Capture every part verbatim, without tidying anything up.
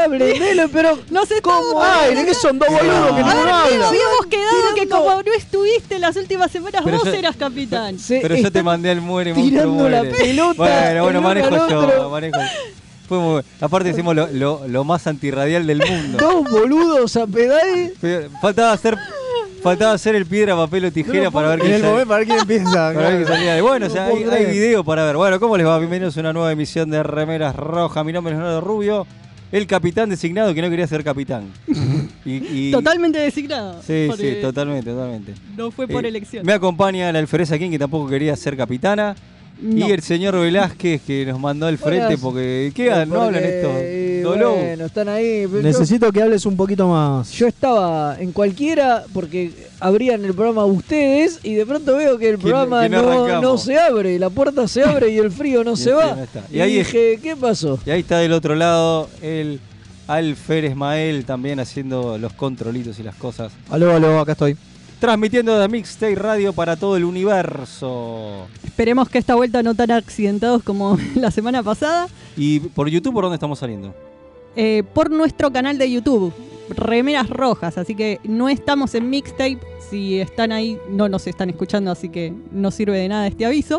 hable, Nelo, pero no sé cómo. Ay, ¿de qué son dos boludos que ninguno habla? Habíamos quedado que como no estuviste las últimas semanas, pero vos yo, eras capitán. Pero yo te mandé al muere, tirando monstruo, la muere. pelota. Bueno, bueno, manejo otro. yo, manejo. Fue muy bueno. Aparte hicimos lo, lo, lo más antirradial del mundo. Dos boludos a pedales. Faltaba hacer faltaba hacer el piedra, papel o tijera no para ver en quién el sal... momento para ver quién empieza. Para claro. ver quién salía de bueno, no o sea, hay, hay video para ver. Bueno, ¿cómo les va? Bienvenidos a una nueva emisión de Remeras Rojas. Mi nombre es Leonardo Rubio, el capitán designado que no quería ser capitán. y, y... Totalmente designado. Sí, sí, totalmente, totalmente. No fue por eh, elección. Me acompaña la alfereza King, que tampoco quería ser capitana. No. Y el señor Velázquez, que nos mandó al frente, porque ¿qué porque, no hablan estos? Eh, Dolor. bueno, están ahí. Necesito yo, que hables un poquito más. Yo estaba en cualquiera, porque abrían el programa ustedes, y de pronto veo que el programa que no, no, no se abre, la puerta se abre y el frío no y se va. No y, y ahí dije, es, ¿qué pasó? Y ahí está del otro lado el Alfer Esmael también haciendo los controlitos y las cosas. Aló, aló, acá estoy. Transmitiendo de Mixtape Radio para todo el universo. Esperemos que esta vuelta no tan accidentados como la semana pasada. ¿Y por YouTube por dónde estamos saliendo? Eh, por nuestro canal de YouTube, Remeras Rojas. Así que no estamos en Mixtape. Si están ahí, no nos están escuchando, así que no sirve de nada este aviso.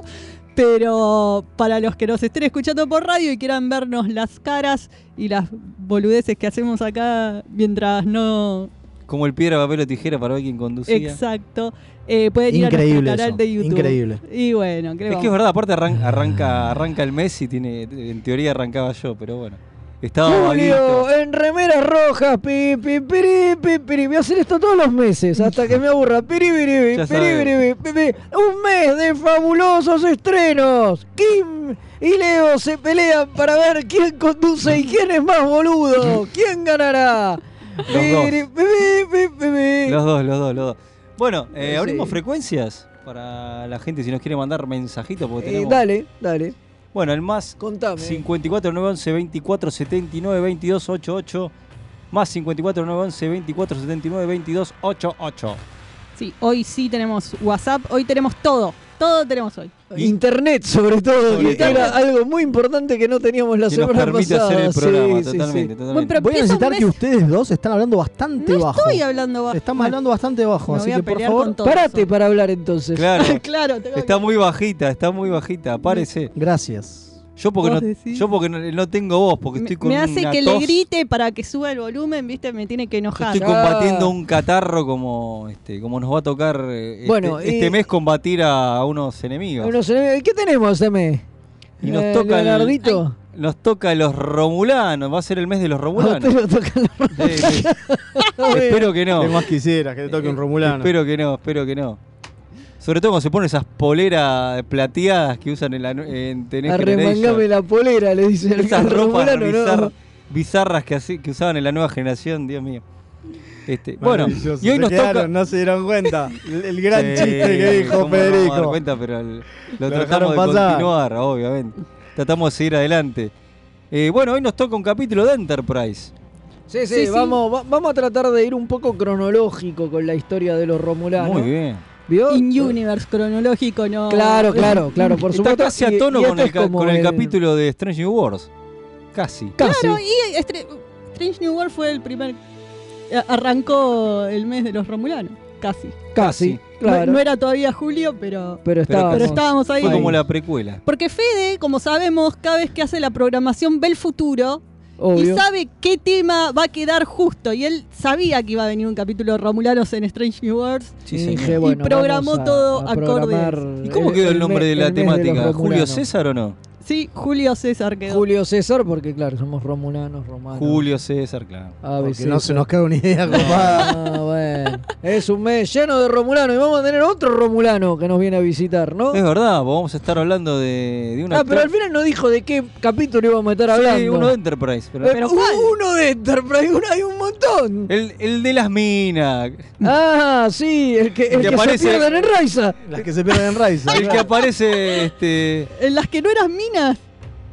Pero para los que nos estén escuchando por radio y quieran vernos las caras y las boludeces que hacemos acá mientras no... Como el piedra, papel o tijera para ver quién conducía. Exacto. Eh, pueden ir increíble a nuestro canal eso, de YouTube. Increíble. Y bueno, ¿qué es vamos? que es verdad, aparte arranca, arranca, arranca el mes y tiene, en teoría arrancaba yo, pero bueno. Estaba Julio, vaguito. en Remeras Rojas, pi, pi, piri, pi, piri. Voy a hacer esto todos los meses, hasta que me aburra. Piri, piri, piri, piri, piri, piri. Un mes de fabulosos estrenos. Kim y Leo se pelean para ver quién conduce y quién es más boludo. ¿Quién ganará? Los dos. Piri, piri, piri, piri. Los dos, los dos, los dos. Bueno, eh, Sí. abrimos frecuencias para la gente si nos quiere mandar mensajitos. Porque Eh, tenemos... dale, dale. Bueno, el más Contame. cincuenta y cuatro nueve once veinticuatro setenta y nueve veintidós ochenta y ocho. Más cincuenta y cuatro nueve once veinticuatro setenta y nueve veintidós ochenta y ocho. Sí, hoy sí tenemos WhatsApp, hoy tenemos todo. Todo tenemos hoy. Internet, sobre todo, Sobre que todo. era algo muy importante que no teníamos la Que nos semana permite pasada. hacer el Sí, programa, sí, totalmente, sí. totalmente. Bueno, pero Voy a empieza un necesitar mes- que ustedes dos están hablando bastante No bajo. estoy hablando bajo. Estamos Bueno, hablando bastante bajo, me así voy a que por pelear favor. con todos. Párate para hablar entonces. Claro, Claro, tengo está que- muy bajita, está muy bajita, parece. Gracias. Yo porque, ¿Vos no, decís? yo porque no, no tengo voz, porque estoy me, con me hace una que tos. le grite para que suba el volumen, ¿viste? Me tiene que Yo enojar. estoy combatiendo un catarro como este como nos va a tocar eh, este, Bueno, y- este mes combatir a, a unos enemigos. Unos enemigos. ¿Qué tenemos, M? Y nos Eh, toca el- Leonardito. Nos toca los Romulanos, va a ser el mes de los A Romulanos. usted lo toca la- Sí, sí. Espero que no. ¿Qué más quisieras que te toque un romulano? Espero que no, espero que no. Sobre todo cuando se ponen esas poleras plateadas que usan en, la, en The Next Arremangame Generation. la polera, le dice el Esas el ropas Romulano, bizar- ¿no? bizarras que, así, que usaban en la nueva generación, Dios mío. Este, bueno, Maravilloso. y hoy Se nos quedaron, toca... no se dieron cuenta. El, el gran Sí, chiste que dijo ¿cómo no nos vamos a dar Federico. cuenta, pero el- lo, Lo tratamos dejaron de pasar. continuar, obviamente. Tratamos de seguir adelante. Eh, bueno, hoy nos toca un capítulo de Enterprise. Sí, sí, Sí, sí. Vamos, va- vamos a tratar de ir un poco cronológico con la historia de los Romulanos. Muy bien. ¿Vio? In Universe cronológico, no. Claro, claro, claro, por Está supuesto. casi a Y- tono y con, esto el, es ca- como con el capítulo de Strange New Worlds. Casi. Casi. Claro, y Stra- Strange New World fue el primer. eh, Arrancó el mes de los Romulanos. Casi. Casi, Casi. claro. No, no era todavía julio, pero. pero estábamos. Pero estábamos ahí. Fue como la precuela. Porque Fede, como sabemos, cada vez que hace la programación ve el futuro Obvio. y sabe qué tema va a quedar justo. Y él sabía que iba a venir un capítulo de Romulanos en Strange New Worlds. Sí, Y señor. dije, bueno, programó vamos a- todo a acorde. programar ¿Y cómo quedó el nombre me- de la el mes los temática? ¿Julio Romulanos. César o no? Sí, Julio César quedó. Julio César, porque claro, somos romulanos, romanos. Julio César, claro. A, B, Porque C, no se D. nos cae una idea, compadre. Ah, bueno. Es un mes lleno de romulanos y vamos a tener otro romulano que nos viene a visitar, ¿no? Es verdad, vamos a estar hablando de, de una. Ah, pero al final no dijo de qué capítulo íbamos a estar hablando. Sí, uno de Enterprise. Pero Eh, ¿Pero u- cuál? uno de Enterprise, uno, hay un montón. el, el de las minas. Ah, sí, el que, el Que que aparece- se pierden en Raiza. Las que se pierden en Raiza. El que aparece. este En las que no eras minas.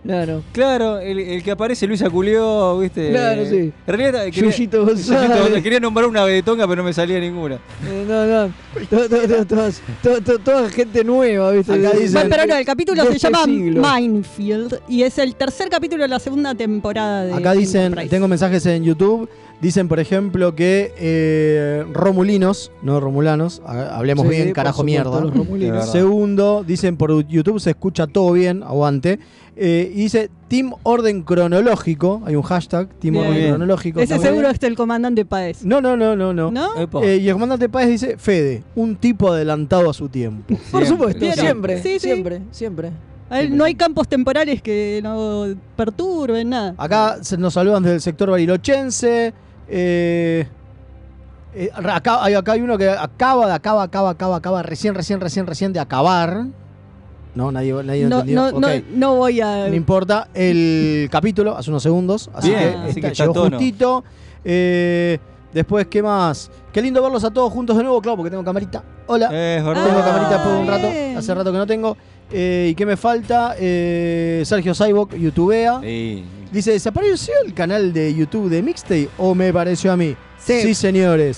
Claro. Claro, el, el que aparece Luis Aculió, ¿viste? Claro, sí. En realidad quería, Yuyito González. Yuyito- quería nombrar una vedetonga, pero no me salía ninguna. Eh, no, no. To- to- to- todas- to- to- Toda gente nueva, ¿viste? Acá De- dicen- Bueno, pero no, el capítulo de se este llama siglo. Minefield y es el tercer capítulo de la segunda temporada de Acá dicen, Enterprise. tengo mensajes en YouTube, dicen por ejemplo que eh, Romulinos, no Romulanos, ha- hablemos Sí, bien, por carajo supuesto, mierda. los romulinos. De verdad. Segundo, dicen por YouTube se escucha todo bien, aguante. Eh, y dice Team Orden Cronológico, hay un hashtag, Team Bien. Orden Bien. Cronológico. Ese está muy seguro bien. es el comandante Páez. No, no, no, no, no. ¿No? Epa. Eh, y el comandante Páez dice Fede, un tipo adelantado a su tiempo. Por Siempre, supuesto, ¿Vieron? siempre, Sí, sí. siempre, siempre. A él no hay campos temporales que no perturben nada. Acá se nos saludan del sector barilochense. Eh, eh, acá, hay, acá hay uno que acaba de, acaba, acaba, acaba, acaba, recién, recién, recién, recién de acabar. No, nadie, nadie No, entendió. no, no, Ok. no voy a. No importa, el capítulo hace unos segundos, así Bien, que así está, que está llegó a tono. justito. Eh, después, ¿qué más? Qué lindo verlos a todos juntos de nuevo, claro, porque tengo camarita. Hola. Es verdad. Tengo Ah, camarita después de un rato, bien. hace rato que no tengo. Eh, ¿Y qué me falta? Eh, Sergio Saibok, youtubea. Sí. Dice, ¿desapareció el canal de YouTube de Mixtape o me pareció a mí? Sí. Señores.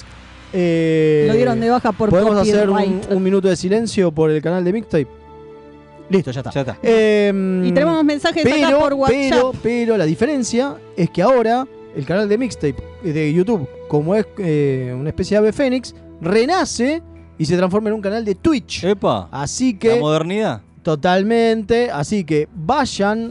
Eh, Lo dieron de baja por ¿Podemos hacer un, copyright. un minuto de silencio por el canal de Mixtape? Listo, ya está. Ya está. Eh, Y tenemos mensajes acá pero, por WhatsApp. pero, pero la diferencia es que ahora el canal de Mixtape de YouTube, como es eh, una especie de ave fénix, renace y se transforma en un canal de Twitch. Epa. Así La que, modernidad. totalmente, así que vayan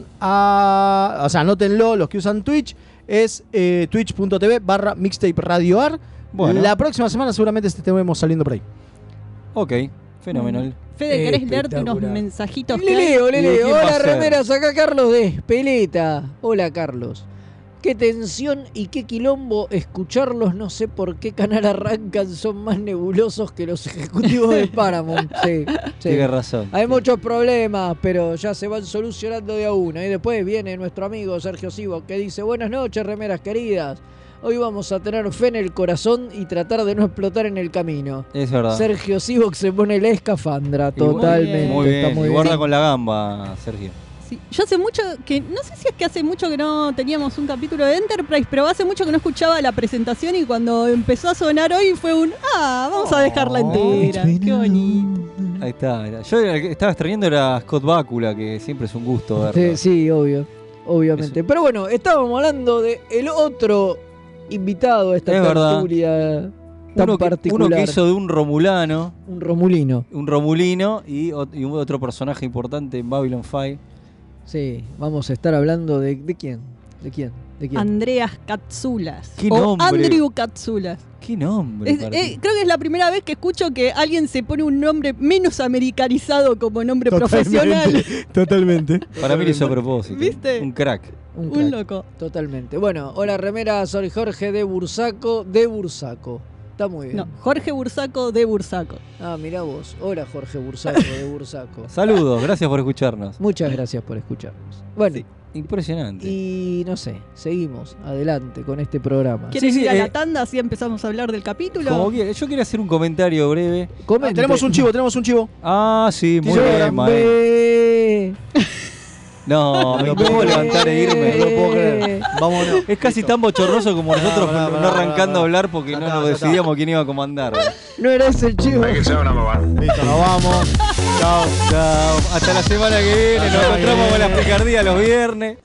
a, o sea, anótenlo los que usan Twitch, es eh, twitch.tv barra Mixtape Radio Ar. Bueno. La próxima semana seguramente estemos saliendo por ahí. Ok. Fenomenal. Fede, ¿querés leerte unos Espectacular. mensajitos Le que hay? leo, le ¿Y de leo. quién va Hola, a ser? remeras, acá Carlos de Espeleta. Hola, Carlos. Qué tensión y qué quilombo escucharlos. No sé por qué canal arrancan. Son más nebulosos que los ejecutivos de Paramount. Sí, sí. Tienes razón. Hay muchos problemas, pero ya se van solucionando de a uno. Y después viene nuestro amigo Sergio Sivo que dice: buenas noches, remeras queridas. Hoy vamos a tener fe en el corazón y tratar de no explotar en el camino. Es verdad. Sergio Sivo se pone la escafandra, Y muy totalmente. bien. Muy bien. Está muy y guarda bien. con la gamba, Sergio. Sí, yo hace mucho que, no sé si es que hace mucho que no teníamos un capítulo de Enterprise, pero hace mucho que no escuchaba la presentación y cuando empezó a sonar hoy fue un, ah, vamos a dejarla entera. Qué bonito. Ahí está. ahí está. Yo el que estaba extrañando era Scott Bakula, que siempre es un gusto verlo. Sí, sí, obvio. Obviamente. Pero bueno, estábamos hablando de el otro invitado a esta Es verdad. tertulia tan Uno que, particular. uno que hizo de un romulano, Un romulino. un romulino y, ot- y un otro personaje importante en Babylon cinco. Sí, vamos a estar hablando de, ¿de quién? ¿De quién? ¿De quién? Andreas Katsulas. Qué o nombre. Andrew Katsulas. ¿Qué nombre? Es- para eh, ti? creo que es la primera vez que escucho que alguien se pone un nombre menos americanizado como nombre profesional. Totalmente. Para mí lo hizo a propósito. ¿Viste? Un crack. Un Un crack. loco. Totalmente. Bueno, hola remera, soy Jorge de Bursaco, de Bursaco. Está muy bien. No, Jorge Bursaco de Bursaco. Ah, mirá vos. Hola Jorge Bursaco, de Bursaco. Saludos, gracias por escucharnos. Muchas gracias por escucharnos. Bueno, Sí, impresionante. y no sé, seguimos adelante con este programa. ¿Quieres Sí, sí, ir a eh, la tanda así empezamos a hablar del capítulo? Como quiera, yo quería hacer un comentario breve. Ah, Comente. tenemos un chivo, tenemos un chivo. Ah, sí, muy Sí, bien, maestro. Ve- No, me No puedo puedo levantar e irme. No lo puedo creer. Vámonos. Es casi Listo. tan bochornoso como nosotros Pará, no, pará, no pará, arrancando pará. a hablar porque Ya no está, nos ya está. decidíamos quién iba a comandar. No era ese el chivo. Listo, nos vamos. Chao. Chao, hasta la semana que viene. Nos Hasta la encontramos que con la viene. picardía los viernes.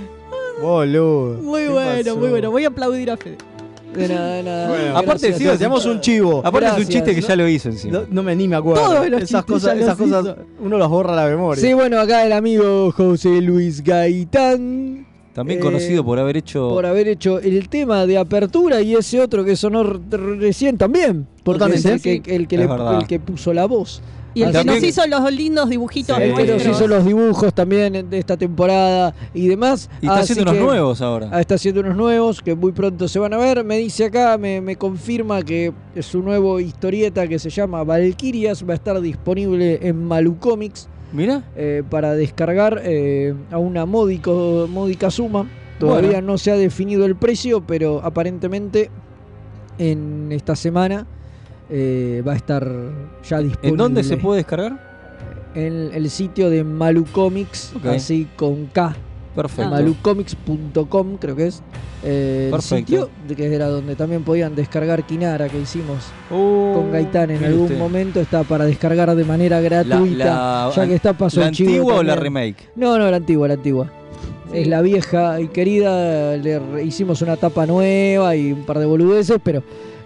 Boludo. Muy ¿Qué bueno, pasó? muy bueno. Voy a aplaudir a Fede. De nada, de nada. Bueno, Aparte, Gracias. sí, Tío, tenemos un chivo. Aparte es un Gracias, chiste que ¿no? ya lo hizo encima. No, no me ni me acuerdo. Todos los esas chistes cosas, ya esas los cosas hizo. uno las borra a la memoria. Sí, bueno, acá el amigo José Luis Gaitán, También eh, conocido por haber hecho. por haber hecho el tema de apertura y ese otro que sonó r- recién también. Porque es Totalmente. el que, el, que Es le- verdad. el que puso la voz. Y el Así que nos también- hizo los lindos dibujitos Sí. El que nos nuestros. hizo los dibujos también de esta temporada y demás. Y está Así haciendo unos que- nuevos ahora. Ah, está haciendo unos nuevos que muy pronto se van a ver. Me dice acá, me, me confirma que su nuevo historieta que se llama Valkyrias va a estar disponible en Malu Comics Mira. eh, para descargar eh, a una módico, módica suma. Todavía Bueno. no se ha definido el precio, pero aparentemente en esta semana eh, va a estar ya disponible. ¿En dónde se puede descargar? En el sitio de Malu Comics, Ok. así con K Perfecto. malucomics punto com, creo que es eh, el Perfecto. sitio, de que era donde también podían descargar Kinara, que hicimos Uh, con Gaitán en mire algún usted. momento. Está para descargar de manera gratuita, La- la- ya que está paso ¿La el chivo antigua o la también. remake? No, no, la antigua, la antigua. Sí. Es la vieja y querida. Le re- hicimos una tapa nueva y un par de boludeces, pero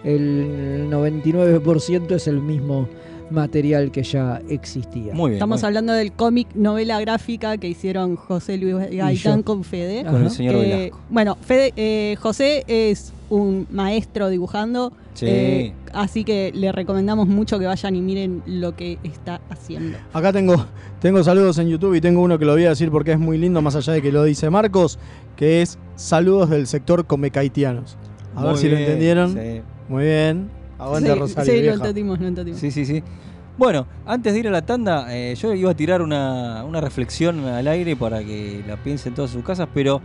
el noventa y nueve por ciento es el mismo material que ya existía. Muy bien. Estamos muy hablando del cómic novela gráfica que hicieron José Luis Gaitán yo. con Fede. bien. Con el Ajá. señor Que, Velasco. bueno, Fede, eh, José es un maestro dibujando, Sí. eh, así que le recomendamos mucho que vayan y miren lo que está haciendo. Acá tengo, tengo saludos en YouTube y tengo uno que lo voy a decir porque es muy lindo, más allá de que lo dice Marcos, que es saludos del sector comecaitianos. A ver Muy si lo bien, entendieron. Sí. Muy bien. Aguante sí, Rosario, sí, lo vieja. entendimos, lo entendimos. Sí, sí, sí. Bueno, antes de ir a la tanda, eh, yo iba a tirar una, una reflexión al aire para que la piensen todas sus casas, pero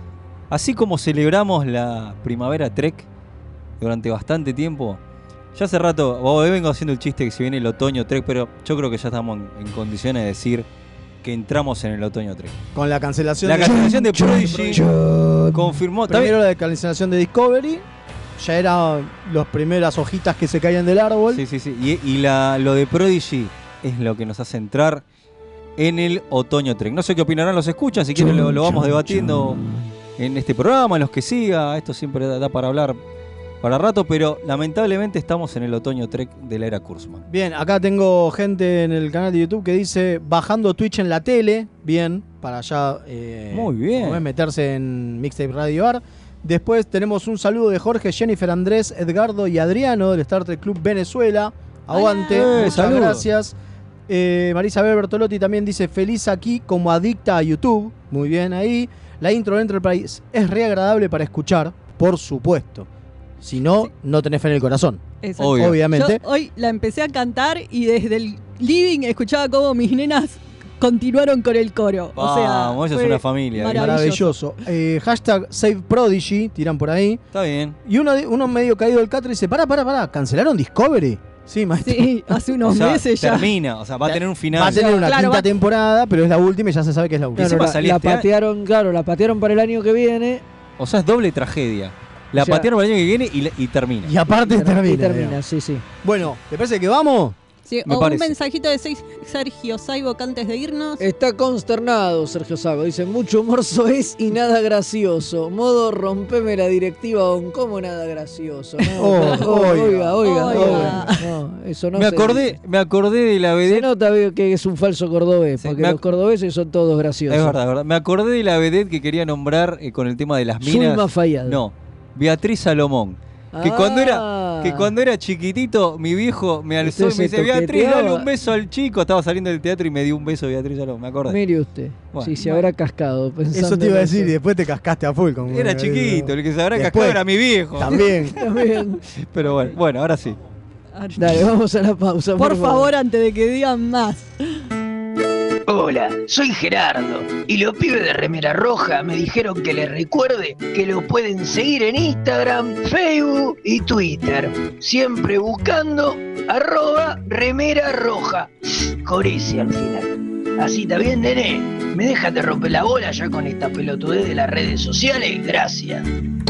así como celebramos la primavera Trek durante bastante tiempo, ya hace rato, hoy vengo haciendo el chiste que se viene el otoño Trek, pero yo creo que ya estamos en, en condiciones de decir que entramos en el otoño Trek. Con la cancelación La de... cancelación de Prodigy confirmó... ¿está bien? Primero la cancelación de Discovery. Ya eran las primeras hojitas que se caían del árbol. Sí, sí, sí. Y, y la, lo de Prodigy es lo que nos hace entrar en el otoño Trek. No sé qué opinarán los escuchas, si quieren lo, lo vamos debatiendo en este programa, en los que siga. Esto siempre da, da para hablar para rato, pero lamentablemente estamos en el otoño Trek de la era Kurzman. Bien, acá tengo gente en el canal de YouTube que dice bajando Twitch en la tele. Bien, para ya eh, Muy bien. como ven, meterse en Mixtape Radio Bar. Después tenemos un saludo de Jorge, Jennifer, Andrés, Edgardo y Adriano del Star Trek Club Venezuela. Aguante, Hola. Eh, muchas saludos. gracias. Eh, Marisabel Bertolotti también dice feliz aquí como adicta a YouTube. Muy bien ahí. La intro de Enterprise es re agradable para escuchar, por supuesto. Si no, Sí. no tenés fe en el corazón. Exacto. Obvio. Obviamente. Yo hoy la empecé a cantar y desde el living escuchaba cómo mis nenas continuaron con el coro. o sea, Vamos, ella es fue una familia. maravilloso. Maravilloso. Eh, hashtag Save Prodigy, tiran por ahí. Está bien. Y uno, de- uno medio caído del catre dice, pará, pará, pará, ¿cancelaron Discovery? Sí, maestro. Sí, hace unos O sea, meses ya. termina, o sea, va a tener un final. Va a tener una Claro, quinta va- temporada, pero es la última y ya se sabe que es la última. Encima Claro, la, salía la este año. patearon, claro, la patearon para el año que viene. O sea, es doble tragedia. La O sea, patearon para el año que viene y, la- y termina. Y aparte y termina. y termina, digamos. sí, sí. Bueno, ¿te parece que vamos? Sí, Me o parece. un mensajito de seis- Sergio Saibok antes de irnos. Está consternado Sergio Sago. Dice, mucho humor soez y nada gracioso. Modo rompeme la directiva, don, ¿cómo nada gracioso? No, Oh, oh, oiga, oiga, oiga, oiga. oiga. No, eso no me se acordé, dice. me acordé de la Se vedette. nota veo, que es un falso cordobés, Sí, porque me ac- los cordobeses son todos graciosos. Es verdad, es verdad. Me acordé de la vedette que quería nombrar eh, con el tema de las minas. Zulma Fayad. No, Beatriz Salomón. Que cuando era Ah. que cuando era chiquitito, mi viejo me alzó y Usted me se dice, Beatriz, toqueteaba. dale un beso al chico. Estaba saliendo del teatro y me dio un beso Beatriz Salomón, me acordé. Mire usted, Bueno. si se habrá cascado pensando Eso te iba a en decir y eso. después te cascaste a full. Con Era chiquito, el que se habrá Después, cascado era mi viejo. También. También. Pero bueno, bueno, ahora sí. Dale, vamos a la pausa. Por favor, antes de que digan más. Hola, soy Gerardo y los pibes de Remera Roja me dijeron que les recuerde que lo pueden seguir en Instagram, Facebook y Twitter, siempre buscando arroba Remera Roja, con ese al final. Así está bien, nene, me dejas de romper la bola ya con esta pelotudez de las redes sociales, gracias.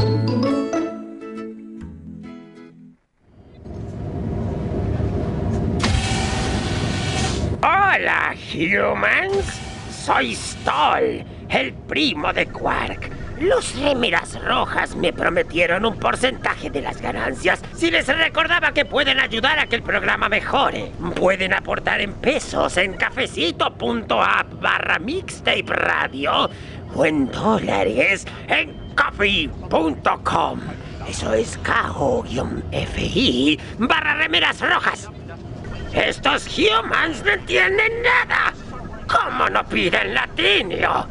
Hola, humans. Soy Stoll, el primo de Quark. Los Remeras Rojas me prometieron un porcentaje de las ganancias si les recordaba que pueden ayudar a que el programa mejore. Pueden aportar en pesos en cafecito.app barra mixtape radio o en dólares en coffee punto com. Eso es K-O-F-I barra Remeras Rojas. Estos humans no entienden nada. ¿Cómo no piden latinio?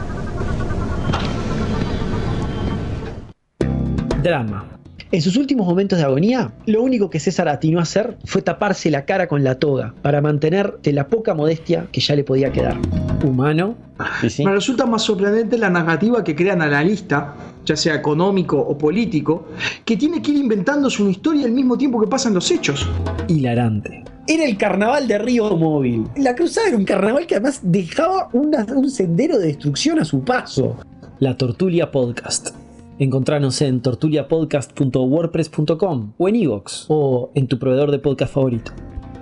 Drama. En sus últimos momentos de agonía, lo único que César atinó a hacer fue taparse la cara con la toga para mantener de la poca modestia que ya le podía quedar. Humano. Sí, sí. Me resulta más sorprendente la narrativa que crea el analista, ya sea económico o político, que tiene que ir inventándose una historia al mismo tiempo que pasan los hechos. Hilarante. era el carnaval de Río Móvil. La cruzada era un carnaval que además dejaba una, un sendero de destrucción a su paso. La Tortulia Podcast. Encontranos en tortulia podcast punto wordpress punto com o en iVoox o en tu proveedor de podcast favorito.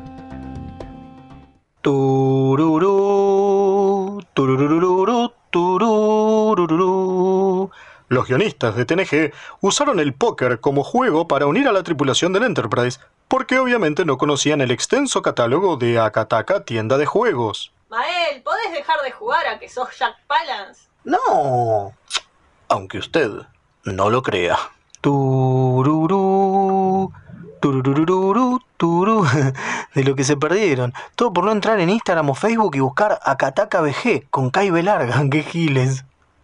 Tururú, tururururu, tururururu. Los guionistas de T N G usaron el póker como juego para unir a la tripulación del Enterprise, porque obviamente no conocían el extenso catálogo de Akataka tienda de juegos. Mael, ¿podés dejar de jugar a que sos Jack Palance? No, aunque usted no lo crea. Tururú, tururururu, turú. De lo que se perdieron. Todo por no entrar en Instagram o Facebook y buscar Akataka B G con K y B larga. ¡Qué giles!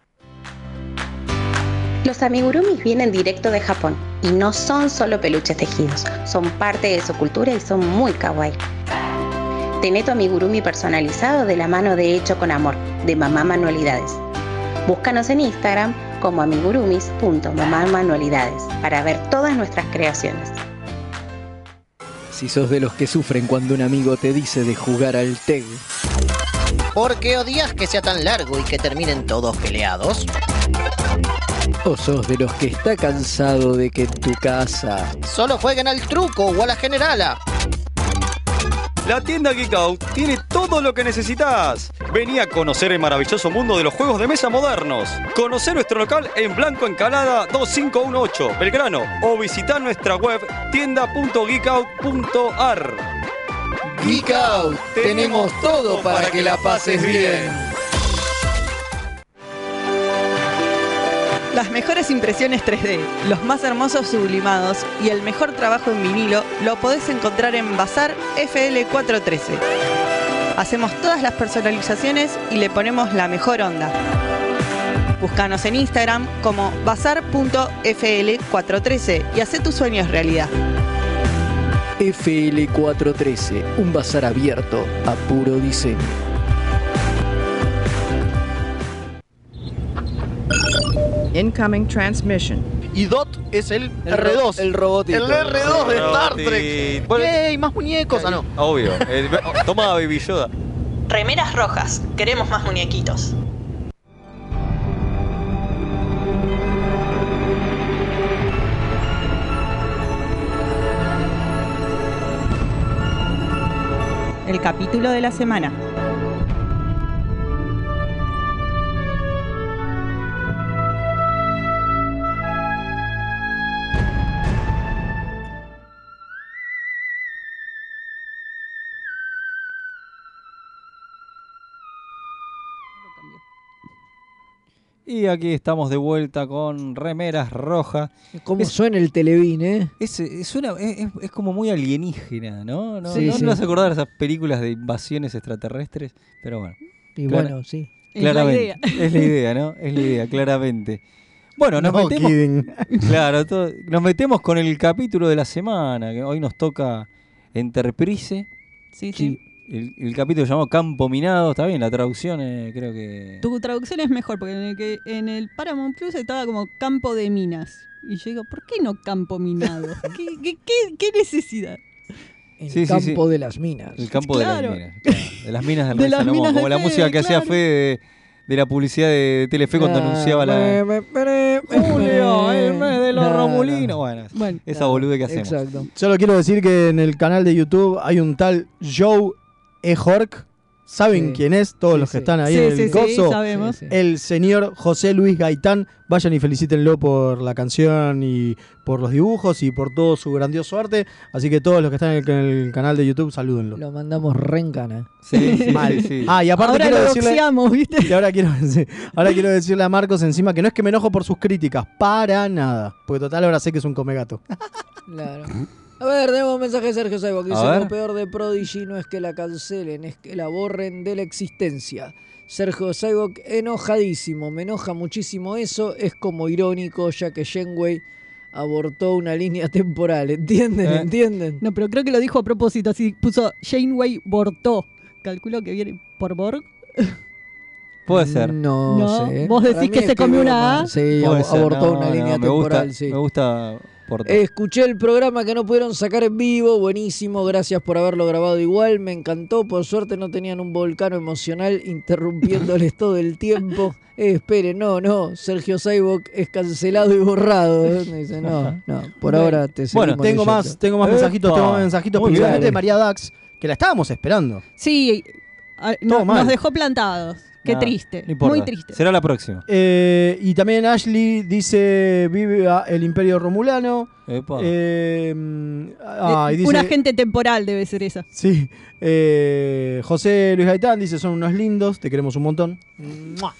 Los amigurumis vienen directo de Japón y no son solo peluches tejidos, son parte de su cultura y son muy kawaii. Tené tu amigurumi personalizado de la mano de Hecho con Amor, de Mamá Manualidades. Búscanos en Instagram como amigurumis punto mamá manualidades para ver todas nuestras creaciones. Si sos de los que sufren cuando un amigo te dice de jugar al T E G. ¿Por qué odias que sea tan largo y que terminen todos peleados? ¿O sos de los que está cansado de que en tu casa solo jueguen al truco o a la generala? La tienda Geek Out tiene todo lo que necesitas. Vení a conocer el maravilloso mundo de los juegos de mesa modernos. Conocer nuestro local en Blanco Encalada dos cinco uno ocho, Belgrano, o visitar nuestra web tienda punto geek out punto a r. Geek Out, tenemos todo para que la pases bien. Las mejores impresiones tres D, los más hermosos sublimados y el mejor trabajo en vinilo lo podés encontrar en Bazar F L cuatrocientos trece. Hacemos todas las personalizaciones y le ponemos la mejor onda. Búscanos en Instagram como bazar punto f l cuatrocientos trece y hacé tus sueños realidad. F L cuatrocientos trece, un bazar abierto a puro diseño. Incoming transmission. Y Dot es el, el R dos. El robotito. El R dos de Star Robotito. Trek. Bueno, ¡Yay! Más muñecos. Ah, no. Obvio. El- toma Baby Yoda. Remeras rojas, queremos más muñequitos. El capítulo de la semana. Y aquí estamos de vuelta con Remeras Rojas. ¿Cómo Es- suena el Televín, eh? Es, es, una, es, es como muy alienígena, ¿no? No, Sí, no, sí. no vas a acordar esas películas de invasiones extraterrestres, pero bueno. Y Clara- bueno, sí. Es la claramente. idea. Es la idea, ¿no? Es la idea, claramente. Bueno, nos No metemos. kidding. Claro, todo- nos metemos con el capítulo de la semana, que hoy nos toca Enterprise. Sí, sí. Sí. El, el capítulo llamado Campo Minado, está bien, la traducción eh, creo que... Tu traducción es mejor, porque en el, que, en el Paramount Plus estaba como campo de minas. Y yo digo, ¿por qué no campo minado? ¿Qué, qué, qué, qué necesidad? El Sí, sí, campo sí. de las minas. El campo Claro. de las minas. Claro, de las minas del De Rey las Salomón, minas de como la Fede, música que hacía claro. Fede de, de la publicidad de Telefe cuando Ah, anunciaba la... me- me- me- Julio, el mes de los No, no. Romulinos. Bueno, Bueno, esa Claro, bolude que hacemos. Exacto. Solo quiero decir que en el canal de YouTube hay un tal Joe E. Hork. ¿Saben Sí. quién es? Todos Sí, los que sí. están ahí sí, en el sí, sí, coso. sabemos. Sí, sí. El señor José Luis Gaitán. Vayan y felicítenlo por la canción y por los dibujos y por todo su grandioso arte. Así que todos los que están en el, en el canal de YouTube, salúdenlo. Lo mandamos reencana. Sí, sí, Mal. sí, sí. Ah, y aparte Ahora quiero lo decirle... doxiamos, ¿viste? Y ahora quiero, sí, ahora quiero decirle a Marcos encima que no es que me enojo por sus críticas, para nada. Porque total ahora sé que es un come gato. Claro. A ver, tenemos un mensaje de Sergio Saibo que A dice: ver. lo peor de Prodigy no es que la cancelen, es que la borren de la existencia. Sergio Saibo enojadísimo, me enoja muchísimo eso, es como irónico ya que Janeway abortó una línea temporal, ¿entienden? Eh. ¿Entienden? No, pero creo que lo dijo a propósito, así puso Janeway Bortó. Calculo que viene por Borg. Puede ser. No, No, sé. vos decís Para mí que se escribió comió una mal. A. Sí, Puede ab- ser. abortó No, una no, línea me gusta, temporal, sí. Me gusta Por todo. Escuché el programa que no pudieron sacar en vivo, buenísimo, gracias por haberlo grabado igual, me encantó, por suerte no tenían un volcán emocional interrumpiéndoles todo el tiempo. Eh, espere, no, no, Sergio Saibok es cancelado y borrado. Dice, no, no, por Bueno, ahora te seguimos Bueno, tengo leyendo. más, tengo más Epa. mensajitos, tengo más mensajitos, Muy principalmente bien. de María Dax, que la estábamos esperando. Sí, a- Todo no- mal. nos dejó plantados. Qué Nah, triste, no importa. muy triste. Será la próxima. Eh, y también Ashley dice, vive el Imperio Romulano. Epa. Eh, mm, ah, y Eh, dice, Un agente temporal debe ser esa. Sí. Eh, José Luis Gaitán dice, son unos lindos, te queremos un montón. ¡Mua!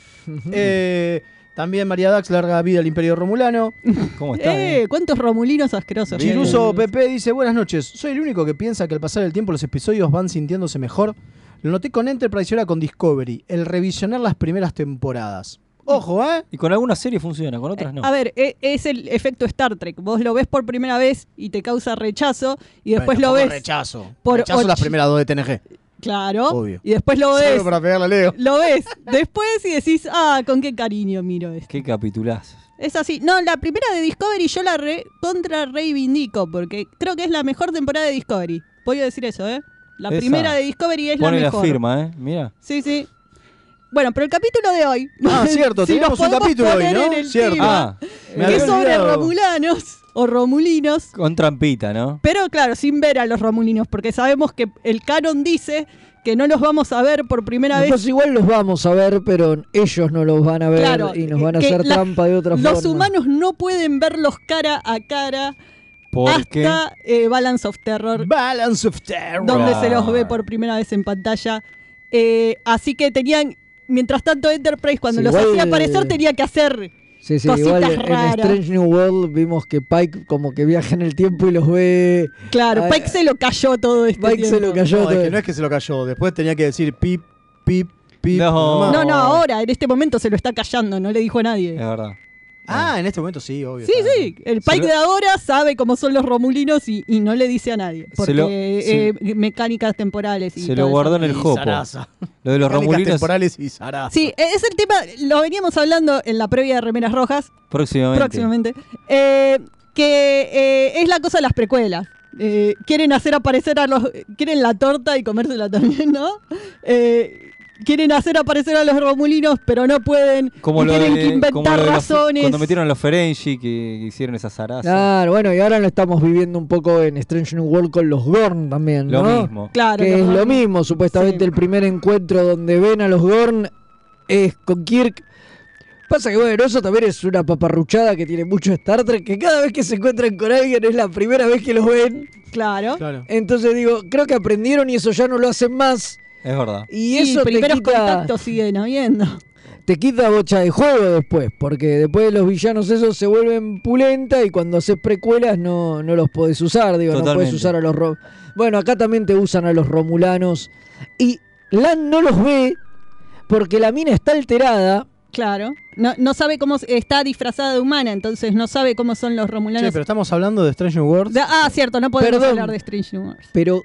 Eh, también María Dax, larga vida al Imperio Romulano. ¿Cómo está? Eh, cuántos romulinos asquerosos. Chiruso Pepe dice, buenas noches, soy el único que piensa que al pasar el tiempo los episodios van sintiéndose mejor. Lo noté con Enterprise y ahora con Discovery, el revisionar las primeras temporadas. Ojo, ¿eh? Y con algunas series funciona, con otras no. A ver, e- es el efecto Star Trek. Vos lo ves por primera vez y te causa rechazo y después Bueno, lo tampoco ves. rechazo. por rechazo och- las primeras dos de T N G. Claro. Obvio. Y después lo ves. Solo para pegarle a Leo. Lo ves después y decís, ah, con qué cariño miro esto. Qué capitulazo. Es así. No, la primera de Discovery yo la re- contra reivindico porque creo que es la mejor temporada de Discovery. Voy a decir eso, ¿eh? La Esa. primera de Discovery es Pone la la mejor. firma, ¿eh? Mira. Sí, sí. Bueno, pero el capítulo de hoy. Ah, cierto, si teníamos nos un podemos capítulo hoy, poner ¿no? en el Cierto. tema, Ah, Me que había es sobre olvidado. romulanos o romulinos. con trampita, ¿no? Pero claro, sin ver a los romulinos, porque sabemos que el canon dice que no los vamos a ver por primera Nosotros vez. igual los vamos a ver, pero ellos no los van a ver Claro, y nos van a que hacer la- trampa de otra Los forma. humanos no pueden verlos cara a cara Porque hasta eh, Balance of Terror, Balance of Terror. donde se los ve por primera vez en pantalla. Eh, así que tenían, mientras tanto Enterprise cuando Sí, los igual- hacía aparecer tenía que hacer Sí, sí, cositas igual en raras. Strange New World vimos que Pike como que viaja en el tiempo y los ve. Claro, Ah, Pike se lo cayó todo este Pike se tiempo. lo cayó No, es todo. que no es que se lo cayó. Después tenía que decir pip, pip, pip. No. nomás. No, no, ahora, en este momento se lo está callando, no le dijo a nadie. es verdad. Ah, en este momento sí, obvio. Sí, está. sí, el Se Pike lo- de ahora sabe cómo son los romulinos y, y no le dice a nadie. Porque lo- eh, mecánicas temporales y Se todo lo guardó eso. en el Y jopo. Sarasa. Lo de los Mecánicas romulinos temporales y Sarasa. Sí, es el tema, lo veníamos hablando en la previa de Remeras Rojas, próximamente. próximamente, eh, que eh, es la cosa de las precuelas. Eh, quieren hacer aparecer a los... Quieren la torta y comérsela también, ¿no? Eh, quieren hacer aparecer a los romulinos, pero no pueden. Como y lo tienen de- que inventar como lo de los- razones. cuando metieron a los Ferengi que, que hicieron esa zaraza. Claro, bueno, y ahora lo estamos viviendo un poco en Strange New World con los Gorn también, Lo ¿no? mismo. Claro, Que los es lo Gorn. mismo, supuestamente Sí. el primer encuentro donde ven a los Gorn es con Kirk. Pasa que bueno, eso también es una paparruchada que tiene mucho Star Trek, que cada vez que se encuentran con alguien es la primera vez que los ven. Claro. Claro. Entonces digo, creo que aprendieron y eso ya no lo hacen más. Es verdad. Y Y eso te primeros quita, contactos siguen habiendo. te quita bocha de juego después, porque después los villanos esos se vuelven pulenta y cuando haces precuelas no, no los podés usar, digo, no Totalmente. podés usar a los... ro- Bueno, acá también te usan a los romulanos y Lan no los ve porque la mina está alterada. Claro. No, no sabe cómo s- está disfrazada de humana, entonces no sabe cómo son los romulanos. Che, pero estamos hablando de Strange New Worlds. De- ah, cierto, no podemos Perdón. hablar de Strange New Worlds. Pero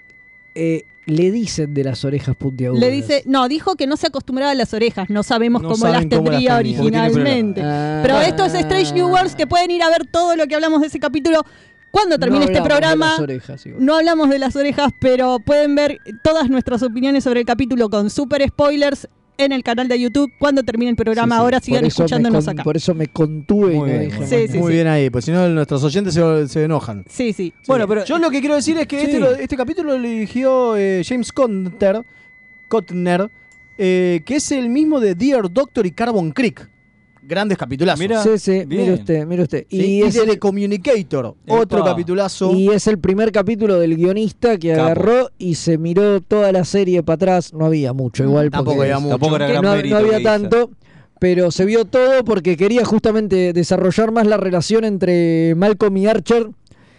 eh, le dicen de las orejas puntiagudas. Le dice, no, dijo que no se acostumbraba a las orejas, no sabemos No cómo las saben cómo las tendría tenía. Porque tiene originalmente. Ah. Pero esto es Strange New Worlds, que pueden ir a ver todo lo que hablamos de ese capítulo cuando termine No este hablamos de programa. las orejas, igual. No hablamos de las orejas, pero pueden ver todas nuestras opiniones sobre el capítulo con super spoilers en el canal de YouTube cuando termine el programa. Sí, sí. Ahora sigan Por eso me escuchándonos con- acá. Por eso me contuve y Muy no bien, dije muy más bien. nada. Sí, Muy bien ahí, pues si no nuestros oyentes se, se enojan. Sí, sí. Bueno, pero Yo lo que quiero decir es que Sí. este, lo- este capítulo lo dirigió eh, James Cotner, Cotner eh, que es el mismo de Dear Doctor y Carbon Creek. Grandes capitulazos. Mira, Sí, sí, bien. mire usted, mire usted. ¿Sí? Y, Y, es de el, The Communicator, otro Epa. capitulazo. y es el primer capítulo del guionista que Capo. agarró y se miró toda la serie para atrás. No había mucho igual. Tampoco porque había mucho. Tampoco era que gran no, mérito no que había hizo. tanto, pero se vio todo porque quería justamente desarrollar más la relación entre Malcolm y Archer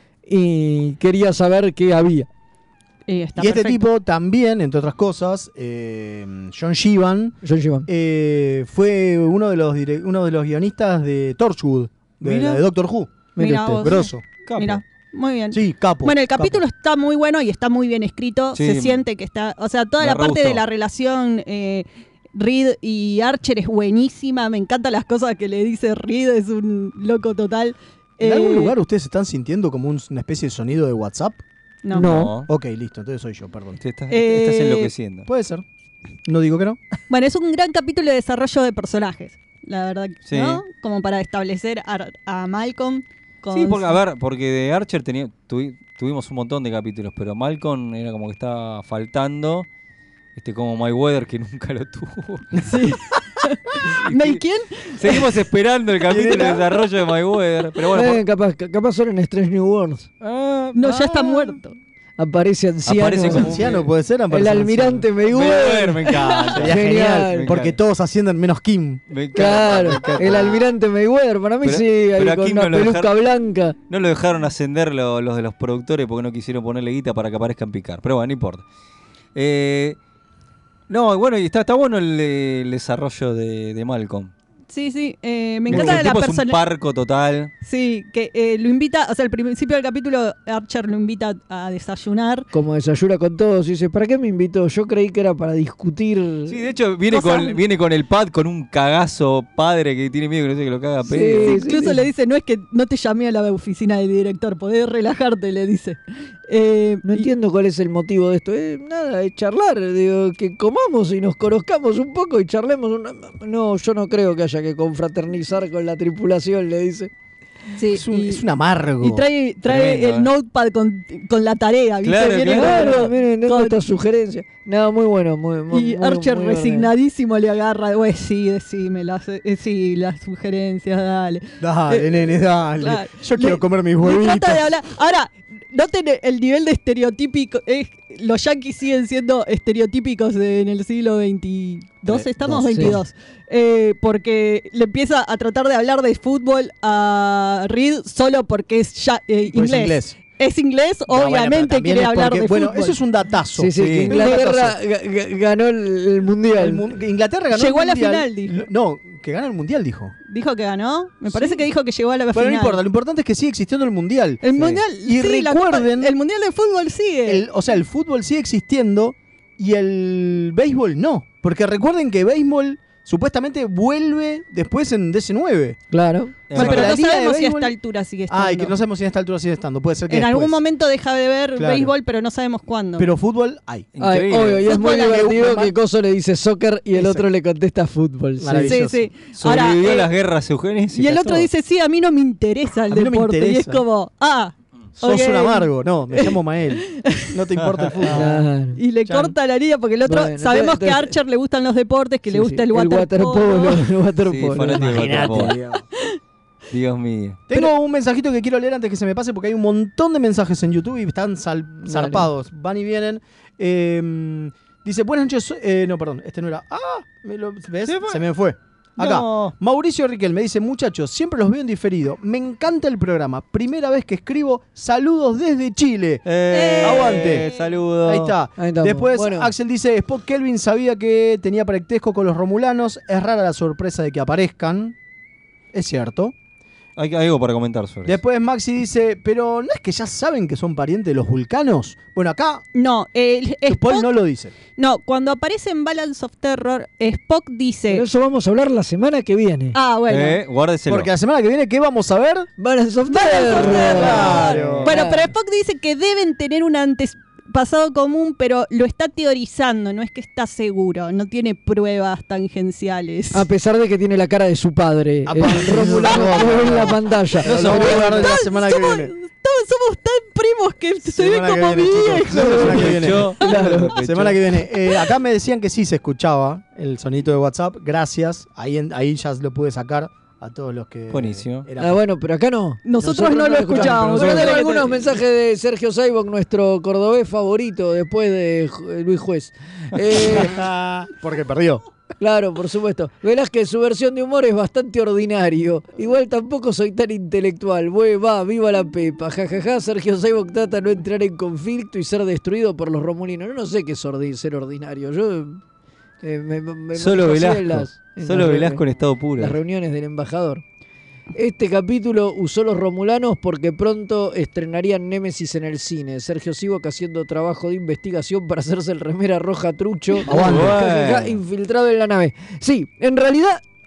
y quería saber qué había. Eh, está Y este perfecto. tipo también, entre otras cosas, eh, John Shivan, John Shivan. eh, fue uno de los dire- uno de los guionistas de Torchwood, de, Mira. la de Doctor Who. Mire Mirá usted. vos. Grosso. Capo. Mira, muy bien. Sí, capo. Bueno, el capo. capítulo está muy bueno y está muy bien escrito. Sí. Se siente que está. O sea, toda Me la re parte de gustó. la relación eh, Reed y Archer es buenísima. Me encantan las cosas que le dice Reed, es un loco total. ¿En Eh, algún lugar ustedes están sintiendo como un- una especie de sonido de WhatsApp? No. No. Ok, listo, entonces soy yo, perdón. Te estás, Eh, estás enloqueciendo. Puede ser. No digo que no. Bueno, es un gran capítulo de desarrollo de personajes, la verdad, Sí. ¿no? Como para establecer a, a Malcolm con... Sí, porque, a ver, porque de Archer tenía, tuvi- tuvimos un montón de capítulos, pero Malcolm era como que estaba faltando, este como Mayweather que nunca lo tuvo. Sí. ¿May quién? Seguimos esperando el capítulo de desarrollo de Mayweather, pero bueno, Eh, capaz, capaz son en Strange New Worlds. por- No, ya está muerto. Aparece anciano. Aparece como un- Anciano puede ser. el aparece almirante Mayweather Mayweather. me encanta. Sería Genial. genial, Me porque encanta. todos ascienden menos Kim. Me encanta, Claro, me encanta. el almirante Mayweather, para mí Pero- sí, ahí pero con aquí una no lo peluca dejaron- blanca. No lo dejaron ascender lo- los de los productores porque no quisieron ponerle guita para que aparezca en Picar. Pero bueno, no importa. Eh, no, bueno, y está, está bueno el, el desarrollo de, de Malcolm. Sí, sí, eh, me Porque encanta el la tipo es un persona... parco total. Sí, que eh, lo invita, o sea, al principio del capítulo Archer lo invita a desayunar. Como desayuna con todos y dice, ¿para qué me invitó? Yo creí que era para discutir. Sí, de hecho viene, No con, saben. viene con el pad, con un cagazo padre que tiene miedo que no sé que lo caga a Sí, pedo. sí, Incluso sí. le dice, no es que no te llamé a la oficina del director, podés relajarte, le dice. Eh, No y- entiendo cuál es el motivo de esto. Eh, nada, es charlar. Digo, que comamos y nos conozcamos un poco y charlemos. Una... No, yo no creo que haya que confraternizar con la tripulación, le dice. sí, Es un, y, es un amargo. y trae, trae Tremendo, el eh. notepad con, con la tarea, ¿viste? Claro, Viene claro. con- Claro, miren, tengo con- esta sugerencia. No, muy bueno, muy, muy Y muy- Archer muy bueno. resignadísimo le agarra, güey, sí, decime, las, eh, sí, las sugerencias, dale. Dale, Eh, nene, dale. claro. Yo quiero Le- comer mis Le huevitos. trata de hablar. Ahora, noten el nivel de estereotípico. Es, los yankees siguen siendo estereotípicos de- en el siglo veintidós. Eh, Estamos dos, sí. veintidós. Eh, porque le empieza a tratar de hablar de fútbol a Reed solo porque es ya, eh, Pues inglés. inglés. Es inglés, No, bueno, pero obviamente también quiere es hablar porque- de bueno, fútbol. eso es un datazo. Sí, sí, Sí. que Un Inglaterra datazo. ga- ga- ganó el, el mundial. El mun- Inglaterra ganó Llegó el a la mundial. final, dijo. No, que gana el mundial, dijo. Dijo que ganó. Me parece Sí. que dijo que llegó a la Pero final. no importa, lo importante es que sigue existiendo el mundial. El Sí. mundial. Y sí, la Copa- recuerden- el mundial de fútbol sigue. El- o sea, el fútbol sigue existiendo y el béisbol no. Porque recuerden que béisbol supuestamente vuelve después en D S nueve. Claro. Es Bueno, pero verdad. no la liga de sabemos si a béisbol- esta altura sigue estando. Ay, que no sabemos si en esta altura sigue estando. Puede ser que En después. algún momento deja de ver Claro. béisbol, pero no sabemos cuándo. Pero fútbol hay. Ay, Increíble. obvio, y es muy Fútbol, divertido me- que Coso le dice soccer y el Eso. otro le contesta fútbol. Sí. sí, Maravilloso. sí. Ahora, Sobrevivió eh, a las guerras eugenésicas. y el otro todo. dice, sí, a mí no me interesa el A mí no me deporte. Y es interesa. como, ah, Sos ok. un amargo. No, me llamo Mael. No te importa el fútbol. Claro. Y le Chan. corta la línea porque el otro, Bueno, sabemos entonces- que a Archer le gustan los deportes, que Sí, le gusta sí, el waterpolo. waterpolo. El Sí, waterpolo. fanático del Imagínate, waterpolo. Dios. Dios mío. Tengo un mensajito que quiero leer antes que se me pase porque hay un montón de mensajes en YouTube y están sal- Dale. zarpados. Van y vienen. Eh, dice, buenas noches. so- eh, no, perdón, este no era. Ah, me lo- ¿ves? Se fue. Se me fue. Acá. No. Mauricio Riquel me dice, muchachos, siempre los veo en diferido. Me encanta el programa. Primera vez que escribo. Saludos desde Chile. Eh, Aguante. Saludos. Ahí está. Ahí estamos. Después Bueno. Axel dice, Spock Kelvin sabía que tenía parentesco con los romulanos. Es rara la sorpresa de que aparezcan. Es cierto. Hay, hay algo para comentar sobre Después Maxi dice, pero ¿no es que ya saben que son parientes de los vulcanos? Bueno, acá No, el, Spock Spock, no lo dice. no, cuando aparece en Balance of Terror, Spock dice, Pero eso vamos a hablar la semana que viene. ah, eso. bueno. Eh, guárdeselo. Porque la semana que viene, ¿qué vamos a ver? Balance of Balance of Terror. Terror. Claro. Bueno, pero Spock dice que deben tener un antepasado común, pero lo está teorizando, no es que está seguro, no tiene pruebas tangenciales. A pesar de que tiene la cara de su padre. Ah, El pues, Romulano no, que ve en la no. pantalla. No se lo voy a hablar de la semana que somos, viene. todos somos tan primos que se ven Semana que como mi viene, chicos. viejo. Semana que viene. Yo- Claro, Pecho. semana que viene. Eh, acá me decían que sí se escuchaba el sonito de WhatsApp. Gracias. Ahí, en- ahí ya lo pude sacar a todos los que... Buenísimo. eran- Ah, bueno, pero acá no. Nosotros no lo escuchábamos. Bueno, Nosotros tengo que algunos te- mensajes de Sergio Saibok, nuestro cordobés favorito después de Ju- Luis Juez. Eh, Porque perdió. claro, por supuesto. Velázquez, su versión de humor es bastante ordinario. Igual tampoco soy tan intelectual. Bue, va, viva la pepa. Ja, ja, ja. Sergio Saibok trata de no entrar en conflicto y ser destruido por los romulinos. No, no sé qué es ordi- ser ordinario. Yo eh, me, me- me Solo pasé Velasco. en las- en Solo las- Velasco en estado puro. las reuniones del embajador. Este capítulo usó los romulanos porque pronto estrenarían Némesis en el cine. Sergio Sivok haciendo trabajo de investigación para hacerse el remera roja trucho. Aguante. Ja, ja, ja, infiltrado en la nave. Sí, en realidad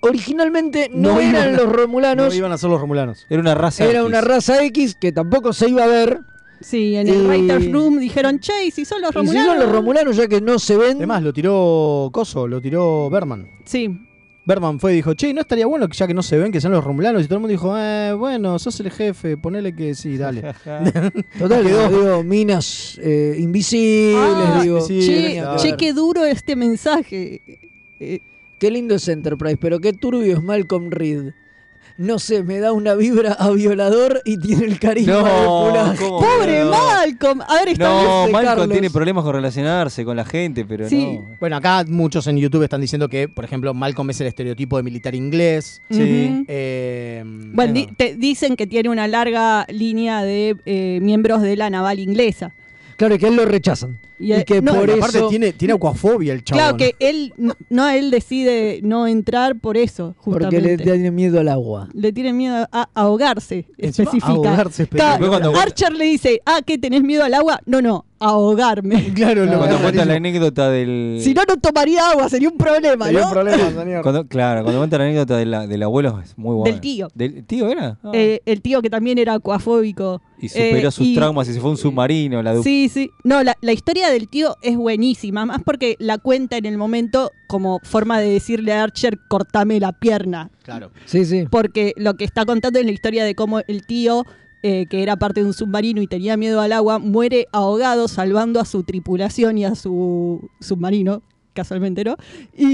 originalmente no, No eran iban a- los romulanos, No iban a ser los romulanos. Era una raza era X. una raza X que tampoco se iba a ver. Sí, en el Y- Writer's Room dijeron, che, ¿y si son los Y si romulanos? son los romulanos ya que no se ven. Además, lo tiró Coso, lo tiró Berman. Sí. Berman fue y dijo, che, ¿no estaría bueno que ya que no se ven, que sean los romulanos? Y todo el mundo dijo, eh, bueno, sos el jefe, ponele que sí, dale. Total, Quedó. digo, minas eh, invisibles, Ah, digo. sí, Che, tenía que che, ver. qué duro este mensaje. Eh, Qué lindo es Enterprise, pero qué turbio es Malcolm Reed. No sé, me da una vibra a violador y tiene el carisma No, de fulano. ¿cómo ¡Pobre que no? Malcolm! A ver, esta No, vez... Malcolm Carlos. tiene problemas con relacionarse con la gente, pero Sí. no. Bueno, acá muchos en YouTube están diciendo que, por ejemplo, Malcolm es el estereotipo de militar inglés. Sí. Ujú. Eh, Bueno, di- te dicen que tiene una larga línea de eh, miembros de la naval inglesa. Claro, que a él lo rechazan. Y, Y, eh, que no, por y eso... aparte tiene, tiene acuafobia el chabón. Claro que él, no, no, él decide no entrar por eso, Porque justamente. le tiene miedo al agua. Le tiene miedo a ahogarse, Encima, especifica. ahogarse, Claro, especifica. Cuando- Archer le dice, ah, ¿qué tenés miedo al agua? No, no, ahogarme. Claro, lo Cuando que cuenta la rarísimo. anécdota del. Si no, no tomaría agua, sería un problema, Sería ¿no? un problema, señor. Cuando- claro, cuando cuenta la anécdota de la- del abuelo es muy buena. Del tío. ¿Del tío era? Ah. Eh, el tío que también era acuafóbico. y superó eh, sus y- traumas y se fue a un submarino. La du- Sí, sí. No, la, la historia del tío es buenísima, más porque la cuenta en el momento como forma de decirle a Archer, cortame la pierna. Claro. Sí, sí. Porque lo que está contando es la historia de cómo el tío, eh, que era parte de un submarino y tenía miedo al agua, muere ahogado salvando a su tripulación y a su submarino, casualmente, ¿no?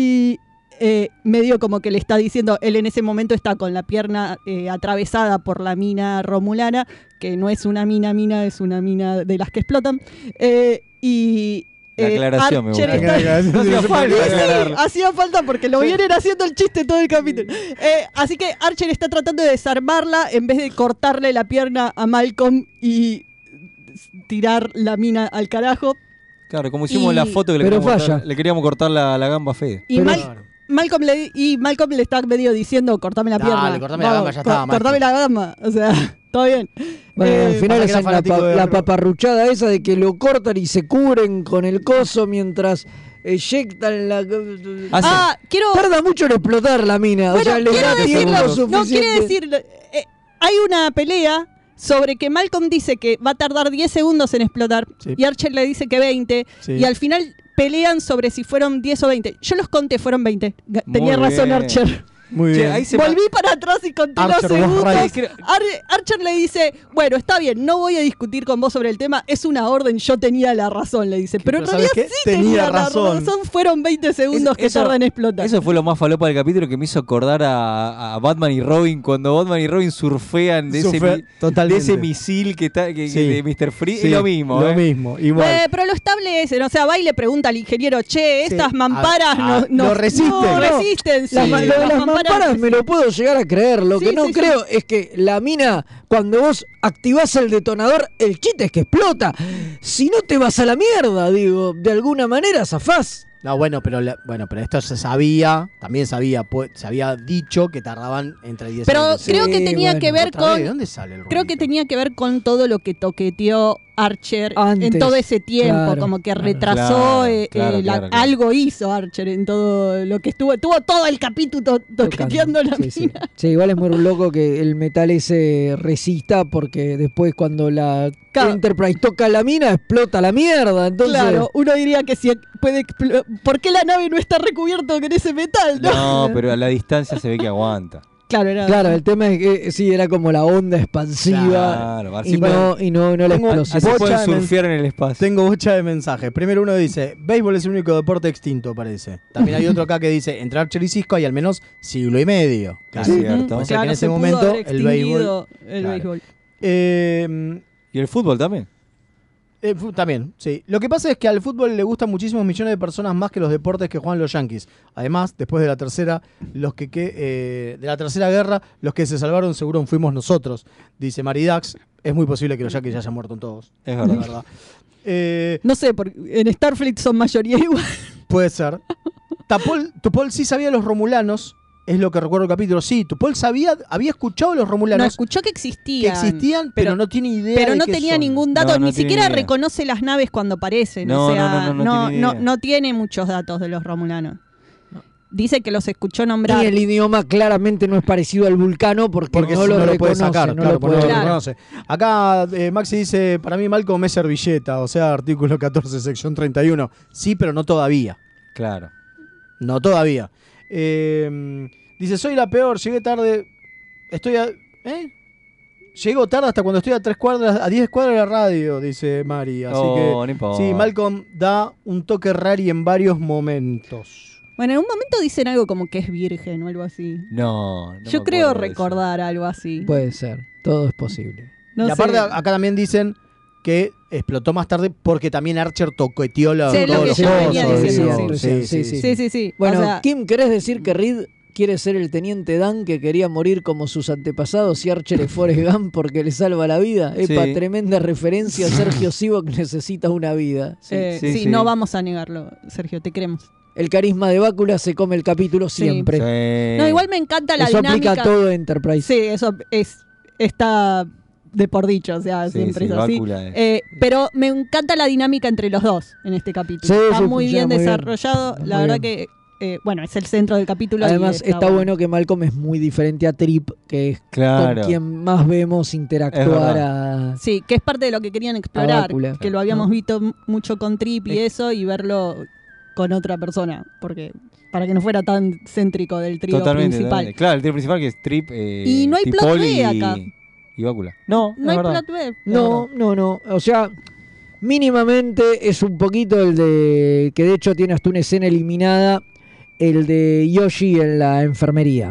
Y eh, medio como que le está diciendo, él en ese momento está con la pierna eh, atravesada por la mina romulana, que no es una mina mina, es una mina de las que explotan. Eh, y... La eh, aclaración me Archer gusta. está- No hacía falta Sí, sí, aclararlo. hacía falta porque lo vienen haciendo el chiste todo el capítulo. Eh, así que Archer está tratando de desarmarla en vez de cortarle la pierna a Malcolm y tirar la mina al carajo. Claro, como hicimos Y- la foto que le Pero queríamos, falla. cortar, le queríamos cortar la, la gamba a Fede. Y, Pero- Mal- Malcolm le, y Malcolm le está medio diciendo, cortame la Dale, pierna. cortame la gamba, ya está, co- Cortame la gamba. O sea, todo bien. Bueno, Eh, al final para que es era la, fanático pa- de la rock. paparruchada esa de que lo cortan y se cubren con el coso mientras eyectan la... Ah, quiero... Tarda mucho en explotar la mina. Bueno, o sea, le quiero da decir, tiempo no, suficiente. quiere decir, eh, hay una pelea sobre que Malcolm dice que va a tardar diez segundos en explotar Sí. y Archer le dice que veinte Sí. y al final pelean sobre si fueron diez o veinte. Yo los conté, fueron veinte. Ga- Muy Tenía razón bien. Archer. Muy Che, bien. ahí se Volví para atrás y conté Archer, los vos segundos. rayos. Ar- Archer le dice, bueno, está bien, no voy a discutir con vos sobre el tema, es una orden, yo tenía la razón, le dice. Pero en pero realidad ¿sabes sí qué? tenía, Tenía la razón. razón, fueron veinte segundos que eso- tardan en explotar. Eso fue lo más falopa del capítulo que me hizo acordar a, a Batman y Robin cuando Batman y Robin surfean de, ese, Surfea- mi- de totalmente. ese misil que está que, que Sí. de mister Freeze. Sí, Es lo mismo. Lo ¿eh? mismo, igual. Eh, pero lo estable es, o sea, va y le pregunta al ingeniero, che, Sí. estas mamparas Ah, no, no- lo resisten. no No, resisten. Las sí, ma- lo de las mamparas me lo puedo llegar a creer. Lo Sí, que no sí, sí. creo es que la mina, cuando vos activás el detonador, el chiste es que explota. Si no te vas a la mierda, digo, de alguna manera zafás. No, bueno, pero la- bueno, pero esto se sabía, también sabía, pues, se había dicho que tardaban entre diez Pero años. creo que Sí, tenía bueno, que ver Otra vez, con... ¿de dónde sale el Creo que ruidito? tenía que ver con todo lo que toqueteó Archer Antes, en todo ese tiempo, claro, como que claro. retrasó, Claro, eh, claro, eh, la- claro, claro. algo hizo Archer en todo lo que estuvo, tuvo todo el capítulo toqueteando la Sí, sí. mina. Sí, igual es muy loco que el metal ese resista porque después cuando la Claro. Enterprise toca la mina explota la mierda. Entonces, Claro, uno diría que si puede expl- ¿por qué la nave no está recubierto con ese metal? No, No, pero a la distancia se ve que aguanta. claro, era claro, el tema es que sí, era como la onda expansiva Claro, así y, pueden- no, y no, no la Tengo- explosión. Así Bocha pueden de surfear en el espacio. Tengo bocha de mensajes. Primero uno dice, béisbol es el único deporte extinto, parece. También hay otro acá que dice, entre Archer y Cisco hay al menos siglo y medio. Es Claro. cierto. O sea que en Claro, ese se pudo momento haber el béisbol... extinguido el Claro. béisbol. Eh, Y el fútbol también. Eh, fu- también, sí. Lo que pasa es que al fútbol le gustan muchísimos millones de personas más que los deportes que juegan los Yankees. Además, después de la tercera, los que, que, eh, de la tercera guerra, los que se salvaron seguro fuimos nosotros, dice Maridax. Es muy posible que los Yankees ya hayan muerto todos. Es la verdad. verdad. Eh, No sé, porque en Starfleet son mayoría igual. puede ser. Tapol, Tupol sí sabía de los romulanos. Es lo que recuerdo el capítulo. Sí, Tupol sabía, había escuchado de los No, romulanos escuchó que que existían. existían, pero, pero- no tiene idea Pero de no qué tenía son. ningún dato, No, no ni tiene siquiera idea. reconoce las naves cuando aparecen. No, o sea, no, no, no, no no, tiene no, idea. no tiene muchos datos de los romulanos. dice que los escuchó nombrar. Y el idioma claramente no es parecido al vulcano porque, Porque no no lo, lo puede reconoce, sacar, no claro, lo porque no puede- lo reconoce. Acá eh, Maxi dice, para mí Malcolm es servilleta, o sea, artículo catorce, sección treinta y uno. Sí, pero no todavía. Claro. No todavía. Eh, dice, soy la peor, llegué tarde, estoy a... ¿Eh? Llego tarde hasta cuando estoy a tres cuadras, a diez cuadras de la radio, dice Mari. Así Oh, que no importa. sí, Malcolm da un toque rari en varios momentos. Bueno, en un momento dicen algo como que es virgen o algo así. No, no Yo me creo acuerdo de eso. recordar algo así. Puede ser, todo es posible. No y aparte sé. acá también dicen que explotó más tarde porque también Archer toqueteó la, Sí, lo todos que los yo cosas, venía diciendo, sí, sí. sí, Sí, Sí, sí, sí. Bueno, O sea, Kim, ¿querés decir que Reed quiere ser el teniente Dan que quería morir como sus antepasados y Archer es Forrest Gump porque le salva la vida? Epa, Sí. tremenda referencia. Sergio Sivok necesita una vida. Sí. eh, sí, sí, sí. no vamos a negarlo, Sergio, te queremos. El carisma de Bácula se come el capítulo Sí. siempre. Sí. No, igual me encanta la Eso dinámica. aplica a todo Enterprise. Sí, eso es está de por dicho, o sea, Sí, siempre sí, es así. Bácula es- Eh, pero me encanta la dinámica entre los dos en este capítulo. Sí, está sí, muy funciona bien muy bien. desarrollado. Muy La verdad bien. que, eh, bueno, es el centro del capítulo. y Además, está bueno que Malcolm es muy diferente a Trip, que es Claro. con quien más vemos interactuar a... Sí, que es parte de lo que querían explorar, Bácula. que lo habíamos ¿No? visto m- mucho con Trip y eso, y verlo con otra persona, porque para que no fuera tan céntrico del trío Totalmente, principal. totalmente. Claro, el trío principal que es Trip, eh, Y no hay plot Tipol B y, acá. y Bácula. No, No es hay verdad. plot B. No, no, no. O sea, mínimamente es un poquito el de... Que de hecho tiene hasta una escena eliminada, el de Yoshi en la enfermería.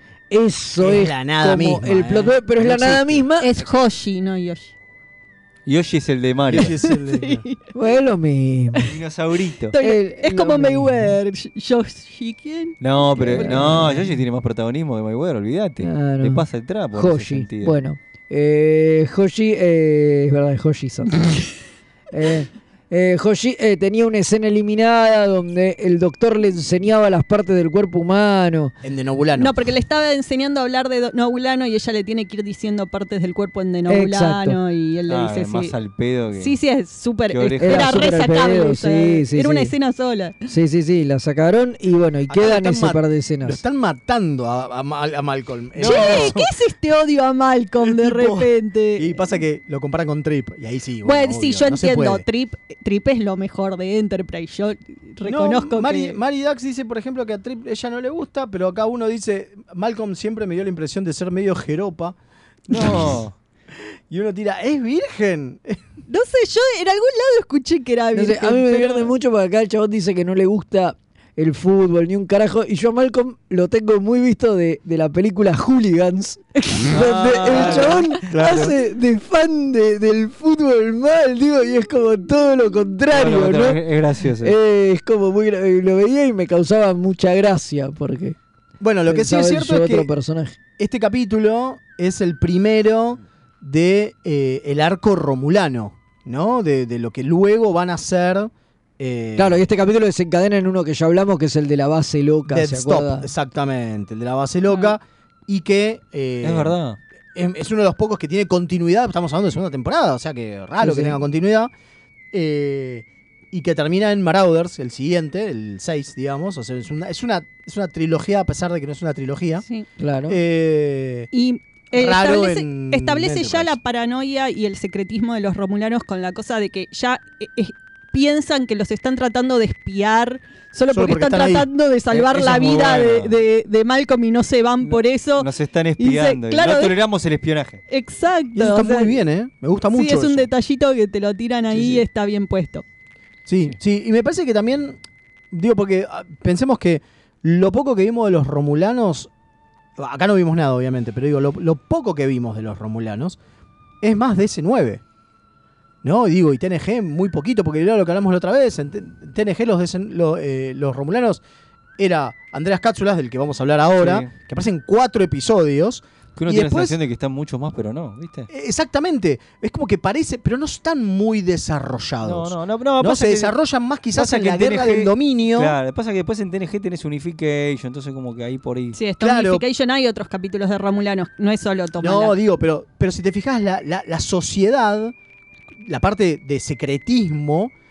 Eso Es es, la nada como misma, el plot ¿eh? B, pero es No la nada existe. misma. Es Hoshi, no Yoshi. Yoshi es el de Mario. Yoshi es el de- Bueno, es lo mismo. Dinosaurito. Estoy- El- es lo como mismo. Mayweather. Yoshi, ¿quién? No, pero no, Yoshi tiene más protagonismo que Mayweather, olvídate. Claro. Le pasa el trapo. en ese Hoshi. sentido. Bueno, eh, Hoshi, eh, es verdad, Hoshi son. eh, eh, Hoshi eh, tenía una escena eliminada donde el doctor le enseñaba las partes del cuerpo humano. En Denobulano. No, porque le estaba enseñando a hablar de do- Nobulano y ella le tiene que ir diciendo partes del cuerpo en de Nobulano Exacto. y él le Ah, dice más sí. al pedo que. Sí, sí, es súper. Qué es- oreja. Era, Era súper al resacable. pedo, esa- sí, sí, era una sí. escena sola. Sí, sí, sí, la sacaron y bueno, y Acá quedan lo están ese ma- par de Lo escenas. están matando a, a Mal- a Malcolm. Eh, Che, ¿qué es este odio a Malcolm de El tipo- repente? Y pasa que lo comparan con Trip. Y ahí sí. Bueno, Bueno, sí, obvio, yo no se entiendo. puede. Trip, Trip es lo mejor de Enterprise. Yo reconozco No, Mari, que. Mari Dax dice, por ejemplo, que a Trip ella no le gusta, pero acá uno dice, Malcolm siempre me dio la impresión de ser medio jeropa. No. Y uno tira, ¿es virgen? No sé, yo en algún lado escuché que era No sé, virgen, a mí me pero- divierte mucho porque acá el chabón dice que no le gusta el fútbol ni un carajo. Y yo a Malcolm lo tengo muy visto de, de la película Hooligans, donde el chabón claro. hace de fan de- del fútbol mal, digo, y es como todo lo contrario, Bueno, ¿no? Es gracioso. Eh, es como muy gra- lo veía y me causaba mucha gracia porque Bueno, lo que sí es pensaba en cierto su es que otro personaje. este capítulo es el primero de eh, el arco romulano, ¿no? De, de lo que luego van a ser... eh, Claro, y este capítulo desencadena en uno que ya hablamos, que es el de la base loca, Dead ¿se Stop, acuerda? exactamente, el de la base loca, y que... eh, Es verdad. Es, es uno de los pocos que tiene continuidad, estamos hablando de segunda temporada, o sea que raro Sí, que sí. tenga continuidad, eh, y que termina en Marauders, el siguiente, el seis, digamos, o sea, es una, es una, es una trilogía a pesar de que no es una trilogía. Sí. Claro. Eh, Y eh, Raro establece, en establece ya Enterprise. la paranoia y el secretismo de los romulanos con la cosa de que ya eh, eh, piensan que los están tratando de espiar solo, Solo porque, porque están están ahí. tratando de salvar Eh, eso la es muy vida de, bueno. de- de Malcolm y no se van por eso. Nos están dice, espiando. y claro, no de- toleramos el espionaje. Exacto. y eso está o sea, muy bien, ¿eh? Me gusta mucho. Sí, es un eso. detallito que te lo tiran ahí Sí, sí. y está bien puesto. Sí, sí, y me parece que también, digo, porque ah, pensemos que lo poco que vimos de los romulanos, acá no vimos nada, obviamente, pero digo, lo, lo poco que vimos de los romulanos es más de ese nueve. ¿No? Y digo, y T N G muy poquito, porque era lo que hablamos la otra vez. En T- TNG los, desen- lo- eh, los romulanos era Andreas Cápsulas, del que vamos a hablar ahora, Sí. que aparecen cuatro episodios. Que uno Y tiene después- la sensación de que están muchos más, pero no, ¿viste? Eh, Exactamente, es como que parece, pero no están muy desarrollados. No, no, no, no, No, pasa se que- desarrollan más quizás pasa en que la en guerra T N G del dominio. Claro, pasa que después en T N G tenés Unification, entonces como que ahí por ahí. Sí, Claro. Stormification hay otros capítulos de Romulanos, no es solo Tomala. No, digo, pero, pero si te fijas, la, la- la sociedad, la parte de secretismo,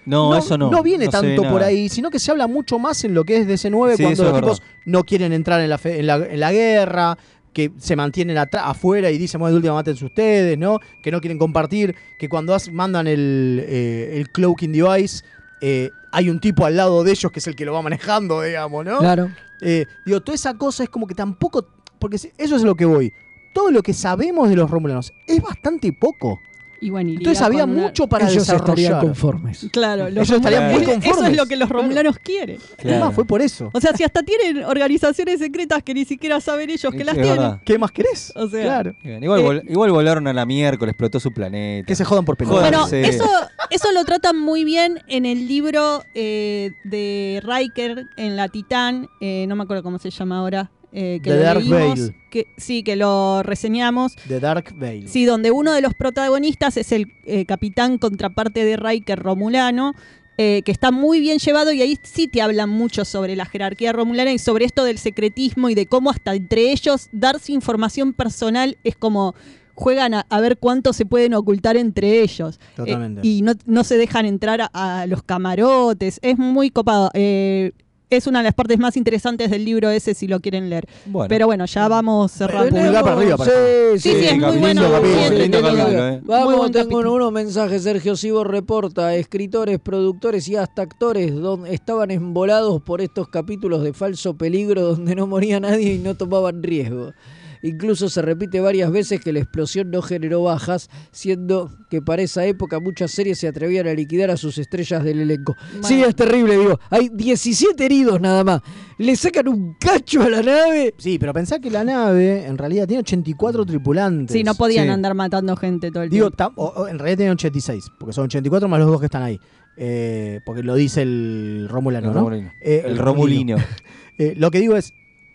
No, eso no. No viene no se ve tanto por nada. ahí, sino que se habla mucho más en lo que es D C nueve Sí, cuando eso los es tipos verdad. no quieren entrar en la, fe- en la, en la guerra, que se mantienen atra- afuera y dicen, bueno, de última mátense ustedes, ¿no? Que no quieren compartir, que cuando has- mandan el, eh, el cloaking device, eh, hay un tipo al lado de ellos que es el que lo va manejando, digamos, ¿no? Claro. Eh, digo, toda esa cosa es como que tampoco, porque si- eso es lo que voy. Todo lo que sabemos de los romulanos es bastante poco. Y bueno, y Entonces liga había con una- mucho para Ellos estarían desarrollar. conformes. Claro, los Ellos estarían romulanos- muy conformes. Eso es lo que los romulanos quieren. Además, fue por eso. O sea, si hasta tienen organizaciones secretas que ni siquiera saben ellos que Es las verdad. tienen. ¿Qué más querés? O sea, Claro. Bien, Igual, Eh, vol- igual volaron a la miércoles, explotó su planeta. Que se jodan por pelota. Bueno, Jódanse. eso, eso lo tratan muy bien en el libro eh, de Riker en la Titán, eh, no me acuerdo cómo se llama ahora, eh, que The lo Dark leímos, Veil. que, sí, que lo reseñamos. The Dark Veil. Sí, donde uno de los protagonistas es el eh, capitán contraparte de Riker romulano, eh, que está muy bien llevado y ahí sí te hablan mucho sobre la jerarquía romulana y sobre esto del secretismo y de cómo hasta entre ellos darse información personal es como juegan a, a ver cuánto se pueden ocultar entre ellos. Totalmente. Eh, y no, no se dejan entrar a, a los camarotes. Es muy copado. Eh, es una de las partes más interesantes del libro ese si lo quieren leer. Bueno. Pero bueno, ya vamos cerrando. Pulgar para arriba, para Sí, Sí, sí, es muy bueno. capítulo, muy lindo entretenido. capítulo, eh. Muy Vamos, buen tengo capítulo. unos mensajes. Sergio Sibo reporta, escritores, productores y hasta actores donde estaban embolados por estos capítulos de falso peligro donde no moría nadie y no tomaban riesgo. Incluso se repite varias veces que la explosión no generó bajas, siendo que para esa época muchas series se atrevían a liquidar a sus estrellas del elenco. Sí, es terrible, digo. Hay diecisiete heridos nada más. Le sacan un cacho a la nave. Sí, pero pensá que la nave en realidad tiene ochenta y cuatro tripulantes. Sí, no podían Sí. andar matando gente todo el Digo, tiempo. tam- o- o en realidad tiene ochenta y seis, porque son ochenta y cuatro más los dos que están ahí. Eh, porque lo dice el Romulano, El ¿no? Romulino. Eh, El Romulino. Eh, lo que digo es,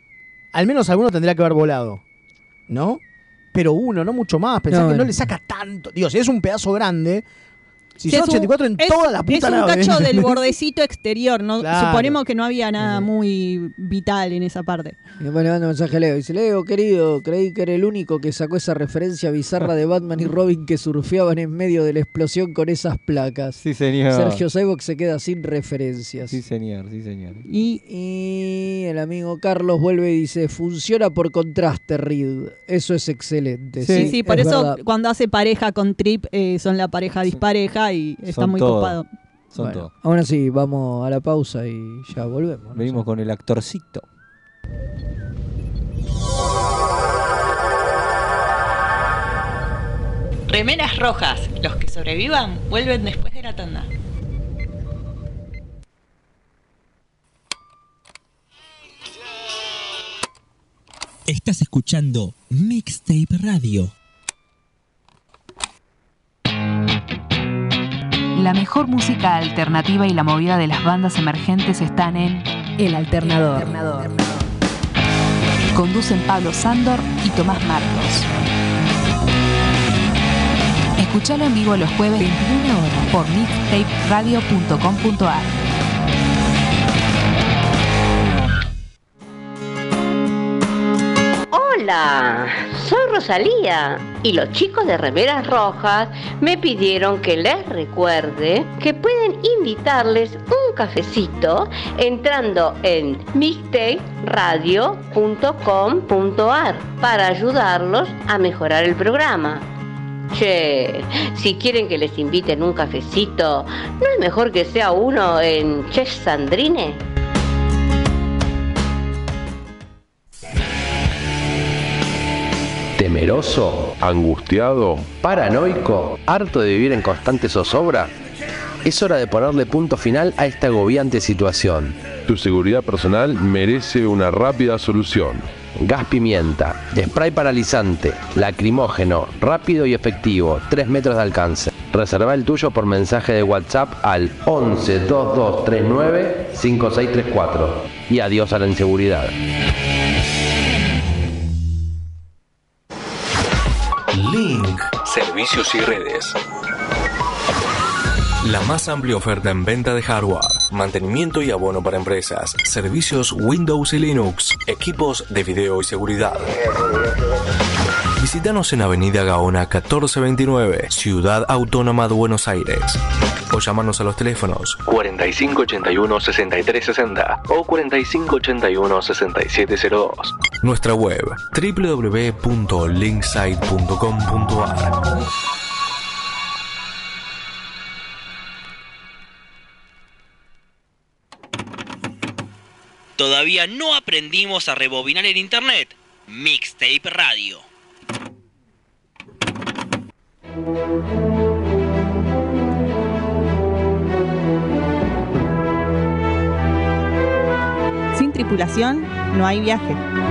al menos alguno tendría que haber volado, ¿no? Pero uno, no mucho más. Pensá No, que no bueno. le saca tanto. Digo, si es un pedazo grande, si Sí, son es un- ochenta y cuatro en es- toda la puta Es un nave. cacho del bordecito exterior, ¿no? Claro. Suponemos que no había nada muy vital en esa parte. Y después le manda un mensaje a Leo. Dice, Leo, querido, creí que era el único que sacó esa referencia bizarra de Batman y Robin que surfeaban en medio de la explosión con esas placas. Sí, señor. Sergio Cyborg se queda sin referencias. Sí, señor, sí, señor. Y Y el amigo Carlos vuelve y dice, funciona por contraste, Reed. Eso es excelente. sí, sí, por es eso verdad. cuando hace pareja con Trip eh, son la pareja dispareja y está Son muy todo. copado. Son Bueno, todo. ahora sí, vamos a la pausa y ya volvemos. ¿no? Venimos con el actorcito. Remeras rojas. Los que sobrevivan vuelven después de la tanda. Estás escuchando Mixtape Radio. La mejor música alternativa y la movida de las bandas emergentes están en El Alternador. El Alternador. Conducen Pablo Sándor y Tomás Marcos. Escuchalo en vivo los jueves veintiuna horas por mixtape radio punto com punto a r. Hola, soy Rosalía y los chicos de Remeras Rojas me pidieron que les recuerde que pueden invitarles un cafecito entrando en mixtape radio punto com punto a r para ayudarlos a mejorar el programa. Che, si quieren que les inviten un cafecito, ¿no es mejor que sea uno en Chef Sandrine? ¿Temeroso? ¿Angustiado? ¿Paranoico? ¿Harto de vivir en constante zozobra? Es hora de ponerle punto final a esta agobiante situación. Tu seguridad personal merece una rápida solución. Gas pimienta, spray paralizante, lacrimógeno, rápido y efectivo, tres metros de alcance. Reserva el tuyo por mensaje de WhatsApp al once dos dos tres nueve cinco seis tres cuatro. Y adiós a la inseguridad. Link. Servicios y redes. La más amplia oferta en venta de hardware, mantenimiento y abono para empresas, servicios Windows y Linux, equipos de video y seguridad. Visítanos en Avenida Gaona catorce veintinueve, Ciudad Autónoma de Buenos Aires. O llámanos a los teléfonos cuarenta y cinco ochenta y uno sesenta y tres sesenta o cuarenta y cinco ochenta y uno sesenta y siete cero dos. Nuestra web doble u doble u doble u punto linkside punto com punto a r. ¿Todavía no aprendimos a rebobinar en internet? Mixtape Radio. Sin tripulación no hay viaje.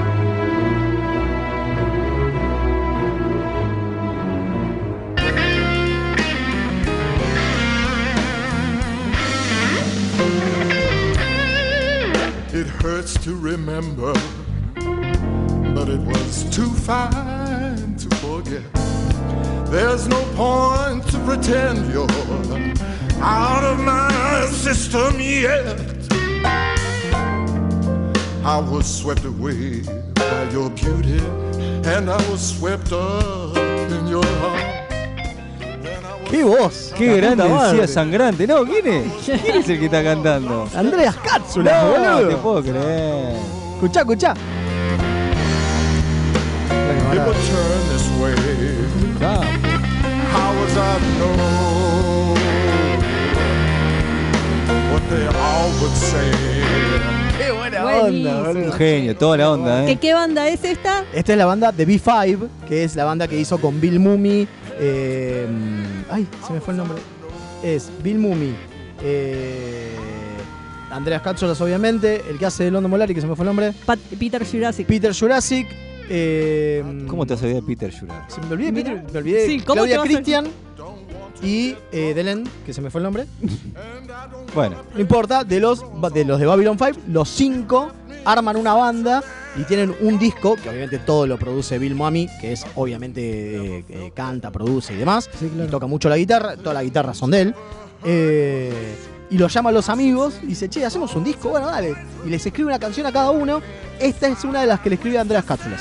It hurts to remember, but it was too fine to forget. There's no point to pretend you're out of my system yet. I was swept away by your beauty, and I was swept up in your heart. ¡Qué voz! ¡Qué La grande! puta madre. Decía sangrante. No, ¿quién es? ¿Quién es el que está cantando? Andreas Cápsula, No, boludo. no te puedo creer. Escuchá, escuchá. It would turn this way. How was I to know what they all would say? ¡Qué buena Buenísimo. onda, boludo! Un genio, toda la onda, ¿Qué, ¿eh? ¿Qué banda es esta? Esta es la banda de B cinco, que es la banda que hizo con Bill Mumy. Eh, ay, se me fue el nombre. Es Bill Mumy. Eh, Andreas Katsulas, obviamente. El que hace de London Molari, que se me fue el nombre. Pat- Peter Jurassic. Peter Jurassic. Eh, ¿Cómo te has olvidado de Peter Jurassic? se me olvidé, Mira. Peter, me olvidé. Sí, ¿cómo te Claudia vas a- Christian. Y eh, Delen, que se me fue el nombre. Bueno, No importa, de los de los de Babylon cinco, los cinco arman una banda y tienen un disco, que obviamente todo lo produce Bill Mumy, que es obviamente eh, eh, canta, produce y demás. Y toca mucho la guitarra, todas las guitarras son de él. Eh, y los llama a los amigos y dice, che, hacemos un disco, bueno, dale. Y les escribe una canción a cada uno. Esta es una de las que le escribe Andreas Katsulas.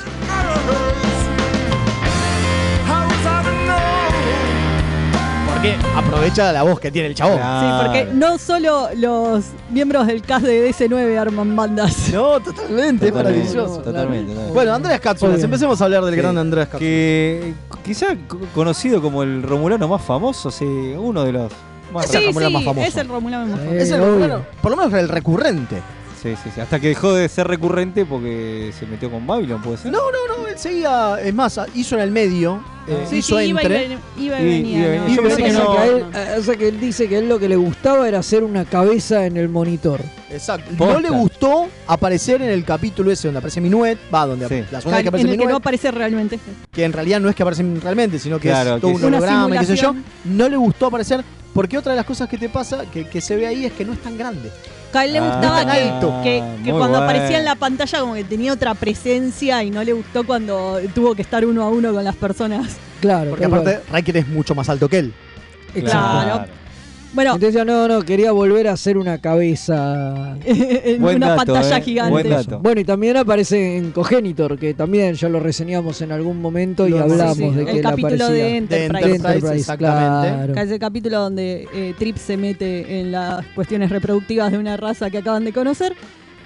Porque aprovecha la voz que tiene el chabón. Sí, porque no solo los miembros del cast de D C nueve arman bandas. No, totalmente, es Totalmente, maravilloso. totalmente, totalmente. Bueno, Andreas Katsulas, Obvio. empecemos a hablar del Sí. gran Andreas Katsulas. Que quizá c- conocido como el romulano más famoso, sí, uno de los más Sí, Romulano sí, más famoso. es el Romulano más famoso. Es el Romulano, por lo menos el recurrente. Sí, sí, sí. Hasta que dejó de ser recurrente porque se metió con Babylon, ¿puede ser? No, no, no, él seguía, es más, hizo en el medio, eh, Sí, hizo sí, iba y, entre. ven- iba y Y- venía. y- ¿no? yo pensé que O sea, no. que a él, o sea, que él dice que a él lo que le gustaba era hacer una cabeza en el monitor. Exacto. Posta. No le gustó aparecer en el capítulo ese donde aparece Minuet, va, donde Sí. la segunda vez que aparece en el que no Minuet, aparece realmente. que en realidad no es que aparece realmente, sino que Claro, es todo que un es- Una holograma y qué sé yo. simulación. No le gustó aparecer, porque otra de las cosas que te pasa, que, que se ve ahí, es que no es tan grande. Que a él le Ah, gustaba que, alto. que- que muy cuando bueno. aparecía en la pantalla como que tenía otra presencia y no le gustó cuando tuvo que estar uno a uno con las personas. Claro. Porque tal aparte, cual. Riker es mucho más alto que él. Claro. Bueno, Entonces ya no, no, quería volver a hacer una cabeza. en Buen una dato, pantalla eh. gigante. Buen dato. Bueno, y también aparece en Cogenitor, que también ya lo reseñamos en algún momento y Lo- hablamos sí, sí, de el que él capítulo aparecía. de Enterprise. De Enterprise, exactamente. claro. Que es el capítulo donde eh, Trip se mete en las cuestiones reproductivas de una raza que acaban de conocer.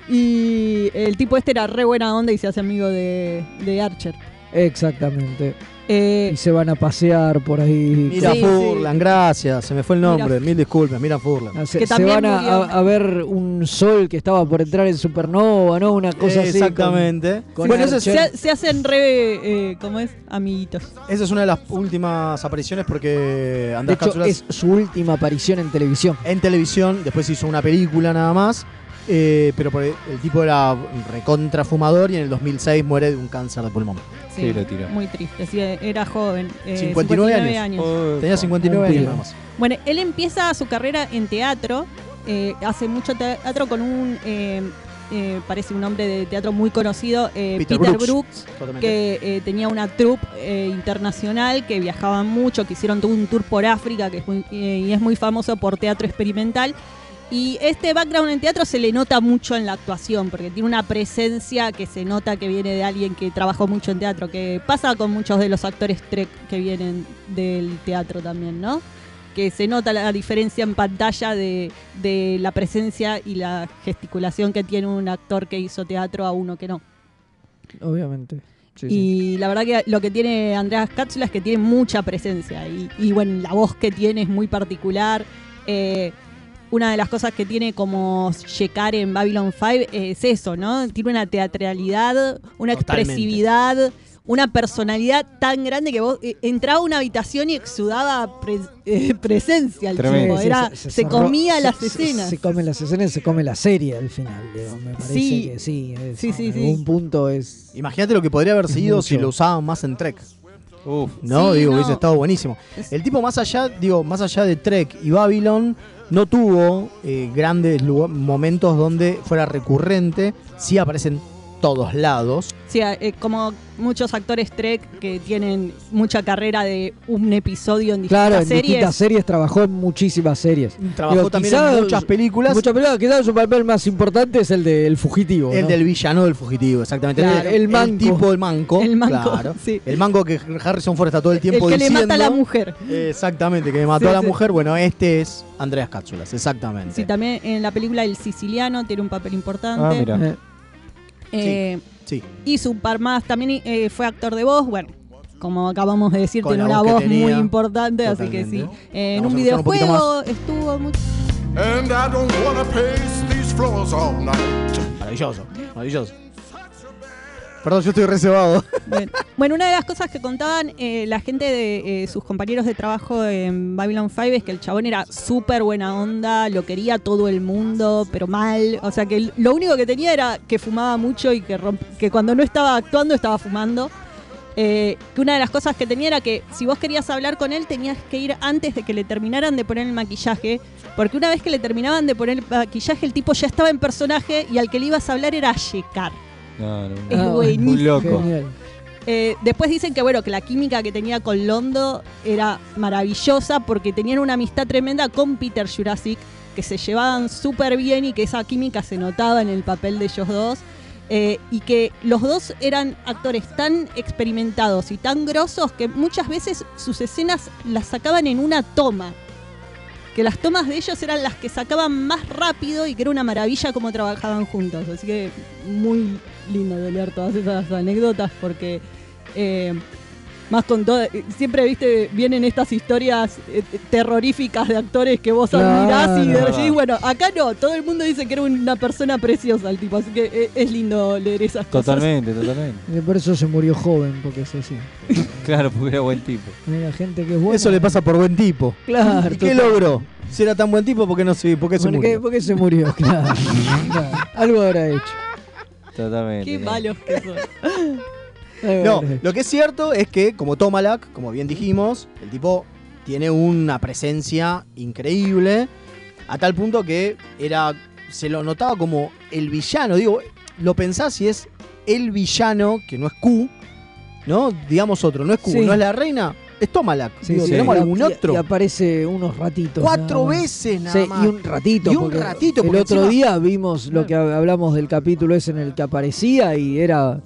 Y el tipo este era re buena onda y se hace amigo de, de Archer. Exactamente. Eh, Y se van a pasear por ahí. Mira Sí, Furlan, gracias, se me fue el nombre, Mira. mil disculpas, mira Furlan. Ah, Se, que se también van a, murió. a- a ver un sol que estaba por entrar en supernova, ¿no? Una cosa así. Exactamente. con- con Bueno, ese es- Archer. se, se hacen re, eh, ¿cómo es? Amiguitos. Esa es una de las últimas apariciones porque De Andrés hecho, Katsulas es su última aparición en televisión. en televisión, después hizo una película nada más, eh, pero por el, el tipo era recontra fumador y en el dos mil seis muere de un cáncer de pulmón. Sí, lo tiró. Muy triste. Sí, era joven. eh, cincuenta y nueve años. Oh, Tenía cincuenta y nueve Un años pibe. nada más. Bueno, él empieza su carrera en teatro. eh, hace mucho teatro con un. eh, eh, parece un nombre de teatro muy conocido, eh, Peter Peter, Brooks. Brooks, que eh, tenía una troupe eh, internacional que viajaban mucho, que hicieron todo un tour por África, que es muy, eh, y es muy famoso por teatro experimental. Y este background en teatro se le nota mucho en la actuación, porque tiene una presencia que se nota que viene de alguien que trabajó mucho en teatro, que pasa con muchos de los actores Trek que vienen del teatro también, ¿no? Que se nota la diferencia en pantalla de, de la presencia y la gesticulación que tiene un actor que hizo teatro a uno que no. Obviamente. Sí, y sí. la verdad que lo que tiene Andreas Cápsula es que tiene mucha presencia. Y, y bueno, la voz que tiene es muy particular. Eh, una de las cosas que tiene como Shekar en Babylon cinco es eso, ¿no? Tiene una teatralidad, una Totalmente. expresividad, una personalidad tan grande que vos eh, entraba a una habitación y exudaba pre- eh, presencia el Tremendo. tipo. Era, se, se comía se- las se- escenas. Se, se come las escenas, se come la serie al final. Digo, me parece Sí. que sí. Es, Sí, sí, en sí. algún punto es. Imagínate lo que podría haber Es sido mucho. si lo usaban más en Trek. Uf. No, Sí, digo, no. hubiese estado buenísimo. El tipo más allá, digo, más allá de Trek y Babylon, no tuvo eh, grandes lugar- momentos donde fuera recurrente. Sí aparecen todos lados. Sí, eh, como muchos actores Trek que tienen mucha carrera de un episodio en distintas Claro, en series. distintas series, trabajó en muchísimas series. Trabajó Digo, también quizá- en muchas películas. Muchas películas, quizás su papel más importante es el del fugitivo. El ¿no? del villano del fugitivo, exactamente. Claro, el manco. tipo, el manco. El manco, claro. sí. El manco que Harrison Ford está todo el tiempo el que diciendo. le mata a la mujer. Exactamente, que mató Sí, a la sí. mujer. Bueno, este es Andreas Cápsulas, exactamente. Sí, también en la película El Siciliano tiene un papel importante. Ah, mira. Eh, Eh, Sí. Hizo un par más. También eh, fue actor de voz. Bueno, como acabamos de decir, Con tiene la una voz que voz tenía. muy importante. Así que Totalmente. sí. Eh, en Vamos un a escuchar un poquito videojuego estuvo mucho. And I don't wanna pace these floors all night. Maravilloso, maravilloso. Perdón, yo estoy reservado. Bueno, bueno, una de las cosas que contaban eh, la gente de eh, sus compañeros de trabajo en Babylon cinco es que el chabón era súper buena onda, lo quería todo el mundo, pero mal. O sea que l- lo único que tenía era que fumaba mucho y que, romp- que cuando no estaba actuando estaba fumando. Eh, que una de las cosas que tenía era que si vos querías hablar con él tenías que ir antes de que le terminaran de poner el maquillaje, porque una vez que le terminaban de poner el maquillaje el tipo ya estaba en personaje y al que le ibas a hablar era a Shekar. No, no, no. Es Ah, buenísimo. Un loco. Genial. Eh, después dicen que bueno que la química que tenía con Londo era maravillosa porque tenían una amistad tremenda con Peter Jurassic, que se llevaban súper bien y que esa química se notaba en el papel de ellos dos. Eh, y que los dos eran actores tan experimentados y tan grosos que muchas veces sus escenas las sacaban en una toma. Que las tomas de ellos eran las que sacaban más rápido y que era una maravilla cómo trabajaban juntos. Así que muy lindo de leer todas esas anécdotas porque eh, más con todo, siempre viste, vienen estas historias eh, terroríficas de actores que vos Claro. admirás y Verdad. decís, bueno, acá no, todo el mundo dice que era una persona preciosa el tipo, así que eh, es lindo leer esas cosas. Totalmente, totalmente. Y por eso se murió joven, porque es así. Claro, porque era buen tipo. Mira, gente que es buena. Eso le pasa por buen tipo. Claro. ¿Y qué total. logró? Si era tan buen tipo, ¿por qué no se, por qué se ¿Por qué, murió? por qué se murió? Claro. Claro. Algo habrá hecho. Totalmente. Qué malos que son. Algo No, habrá hecho. lo que es cierto es que, como Tomalak, como bien dijimos, el tipo tiene una presencia increíble, a tal punto que era se lo notaba como el villano. Digo, lo pensás y es el villano, que no es Q, ¿no? Digamos otro, no es Q, Sí. no es la reina, es Tomalak. Sí, Digo, sí. ¿tenemos Y- algún y- otro? Y aparece unos ratitos. Cuatro nada más. veces nada Sí, más. y un ratito. Y un porque ratito, El porque otro encima- día vimos lo que hab- hablamos del capítulo ese en el que aparecía y era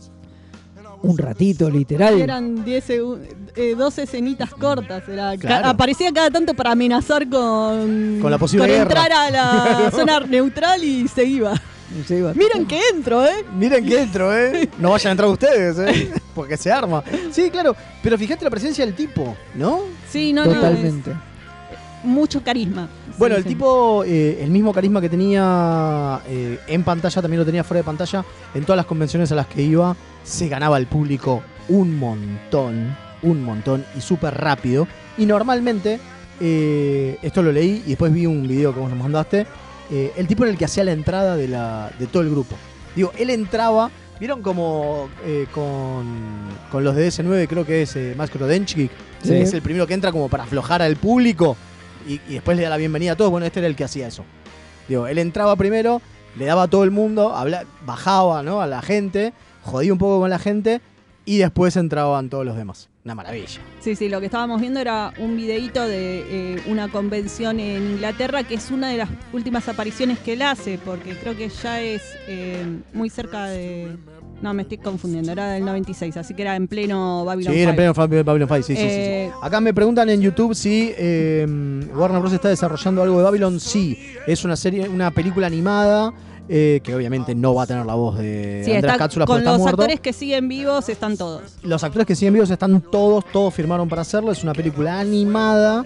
un ratito, literal. Eran diez segu- eh, dos escenitas cortas. Era, ca- Claro. aparecía cada tanto para amenazar con, Con la posible con guerra. entrar a la zona neutral y se iba. Y se iba. Miren que entro, ¿eh? Miren que entro, ¿eh? No vayan a entrar ustedes, ¿eh? Porque se arma. Sí, claro. Pero fíjate la presencia del tipo, ¿no? Sí, no, no. Totalmente. es mucho carisma. Bueno, Sí, el sí. tipo, eh, el mismo carisma que tenía eh, en pantalla, también lo tenía fuera de pantalla. En todas las convenciones a las que iba, se ganaba al público un montón, un montón y súper rápido. Y normalmente, eh, esto lo leí y después vi un video que vos nos mandaste, eh, el tipo era el que hacía la entrada de, la, de todo el grupo. Digo, él entraba, ¿vieron como eh, con, con los de D S nueve, creo que es eh, Max Krodenchik? Sí. Es el primero que entra como para aflojar al público y, y después le da la bienvenida a todos. Bueno, este era el que hacía eso. Digo, él entraba primero le daba a todo el mundo, habla, bajaba, ¿no?, a la gente, jodía un poco con la gente y después entraban todos los demás. Una maravilla. Sí, sí, lo que estábamos viendo era un videíto de eh, una convención en Inglaterra, que es una de las últimas apariciones que él hace, porque creo que ya es eh, muy cerca de... No, me estoy confundiendo, era del noventa y seis, así que era en pleno Babylon Sí, cinco. era en pleno Babylon cinco, sí, sí, Eh, sí, sí. Acá me preguntan en YouTube si eh, Warner Bros. Está desarrollando algo de Babylon. Sí, es una serie, una película animada eh, que obviamente no va a tener la voz de Sí, Andreas está, Cápsula con porque está los muerto. actores que siguen vivos están todos. Los actores que siguen vivos están todos, todos firmaron para hacerlo. Es una película animada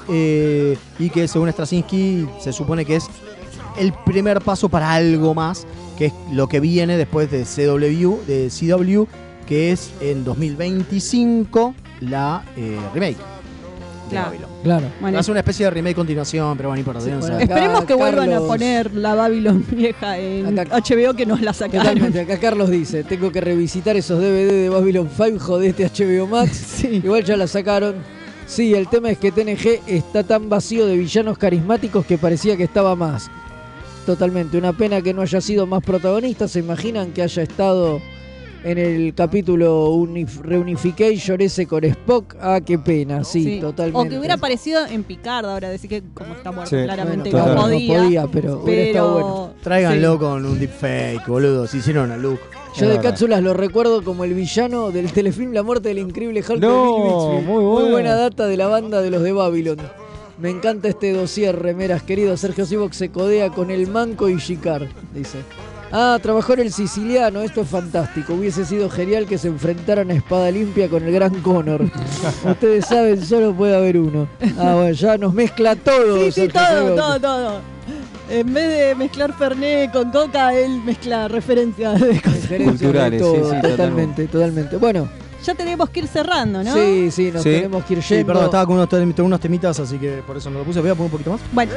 eh, y que según Straczynski se supone que es el primer paso para algo más, que es lo que viene después de C W, de C W, que es en dos mil veinticinco la eh, remake de Claro. Babylon. Claro. Bueno, Va a ser una especie de remake continuación, pero bueno, ni por Sí, Dios, bueno, ¿sabes? acá esperemos que vuelvan a Carlos- poner la Babylon vieja en Acá- H B O, que nos la sacaron. Totalmente, acá Carlos dice, tengo que revisitar esos D V D de Babylon cinco, jodete H B O Max. Igual ya la sacaron. Sí, el tema es que T N G está tan vacío de villanos carismáticos que parecía que estaba más. Totalmente, una pena que no haya sido más protagonista. ¿Se imaginan que haya estado en el capítulo Unif- Reunification ese con Spock? Ah, qué pena, sí, Sí. totalmente. O que hubiera aparecido en Picard ahora, decir que como está muerto, Sí. claramente Bueno, no, claro, no podía, podía, pero hubiera estado bueno. Tráiganlo sí. con un deepfake, boludo. Si hicieron a Luke. Yo de cápsulas lo recuerdo como el villano del telefilm La muerte del increíble Hulk No, de Bill Bixby. muy bueno. buena data de la banda de los de Babylon. Me encanta este dossier, remeras, querido. Sergio Sivox se codea con el Manco y Shikar, dice. Ah, trabajó en el siciliano, esto es fantástico. Hubiese sido genial que se enfrentaran a espada limpia con el gran Connor. Ustedes saben, solo puede haber uno. Ah, bueno, ya nos mezcla todo. Sí, sí, Sergio todo, Sivox. todo, todo. En vez de mezclar Fernet con Coca, él mezcla referencias de cosas. Referencias de Culturales, todo, sí, sí, totalmente, totalmente. totalmente. Bueno, Ya tenemos que ir cerrando, ¿no? sí, sí, nos Sí. tenemos que ir Sí, yendo. perdón, estaba con unos, tem- unos temitas, así que por eso no lo puse. Voy a poner un poquito más. Bueno.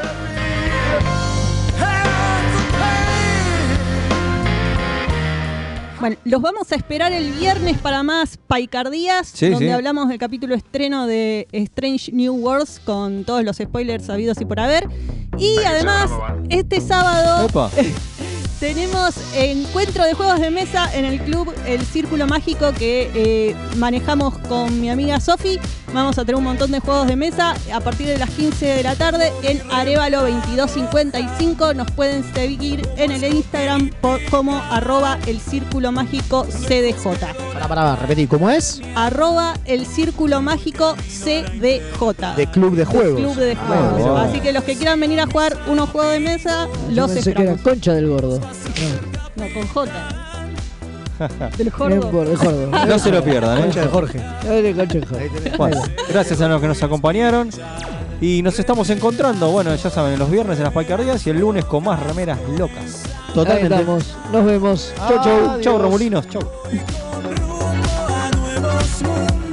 Bueno, los vamos a esperar el viernes para más Paicardías, Sí, donde sí. hablamos del capítulo estreno de Strange New Worlds con todos los spoilers sabidos y por haber. Y además, este sábado Opa. tenemos encuentro de juegos de mesa en el club El Círculo Mágico que eh, manejamos con mi amiga Sofi. Vamos a tener un montón de juegos de mesa a partir de las quince de la tarde en Arevalo veintidós cincuenta y cinco. Nos pueden seguir en el Instagram por, como arroba el Círculo Mágico C D J. Pará, pará, repetí, ¿cómo es? Arroba el Círculo Mágico C D J. De Club de Juegos. Club de Ah, Juegos. wow. Así que los que quieran venir a jugar unos juegos de mesa, Yo los pensé que era esperamos. Concha del Gordo. No, con J. Del Bien Jordo. por- de Jordo. No se lo pierdan, ¿eh? Concha de Jorge. A ver, el Concha del Jordo. Bueno, gracias a los que nos acompañaron. Y nos estamos encontrando, bueno, ya saben, los viernes en las Paicardías y el lunes con más remeras locas. Ahí estamos. Nos vemos. Chau, chau. Chau, Romulinos. Chau. Rumbo a nuevos mundos.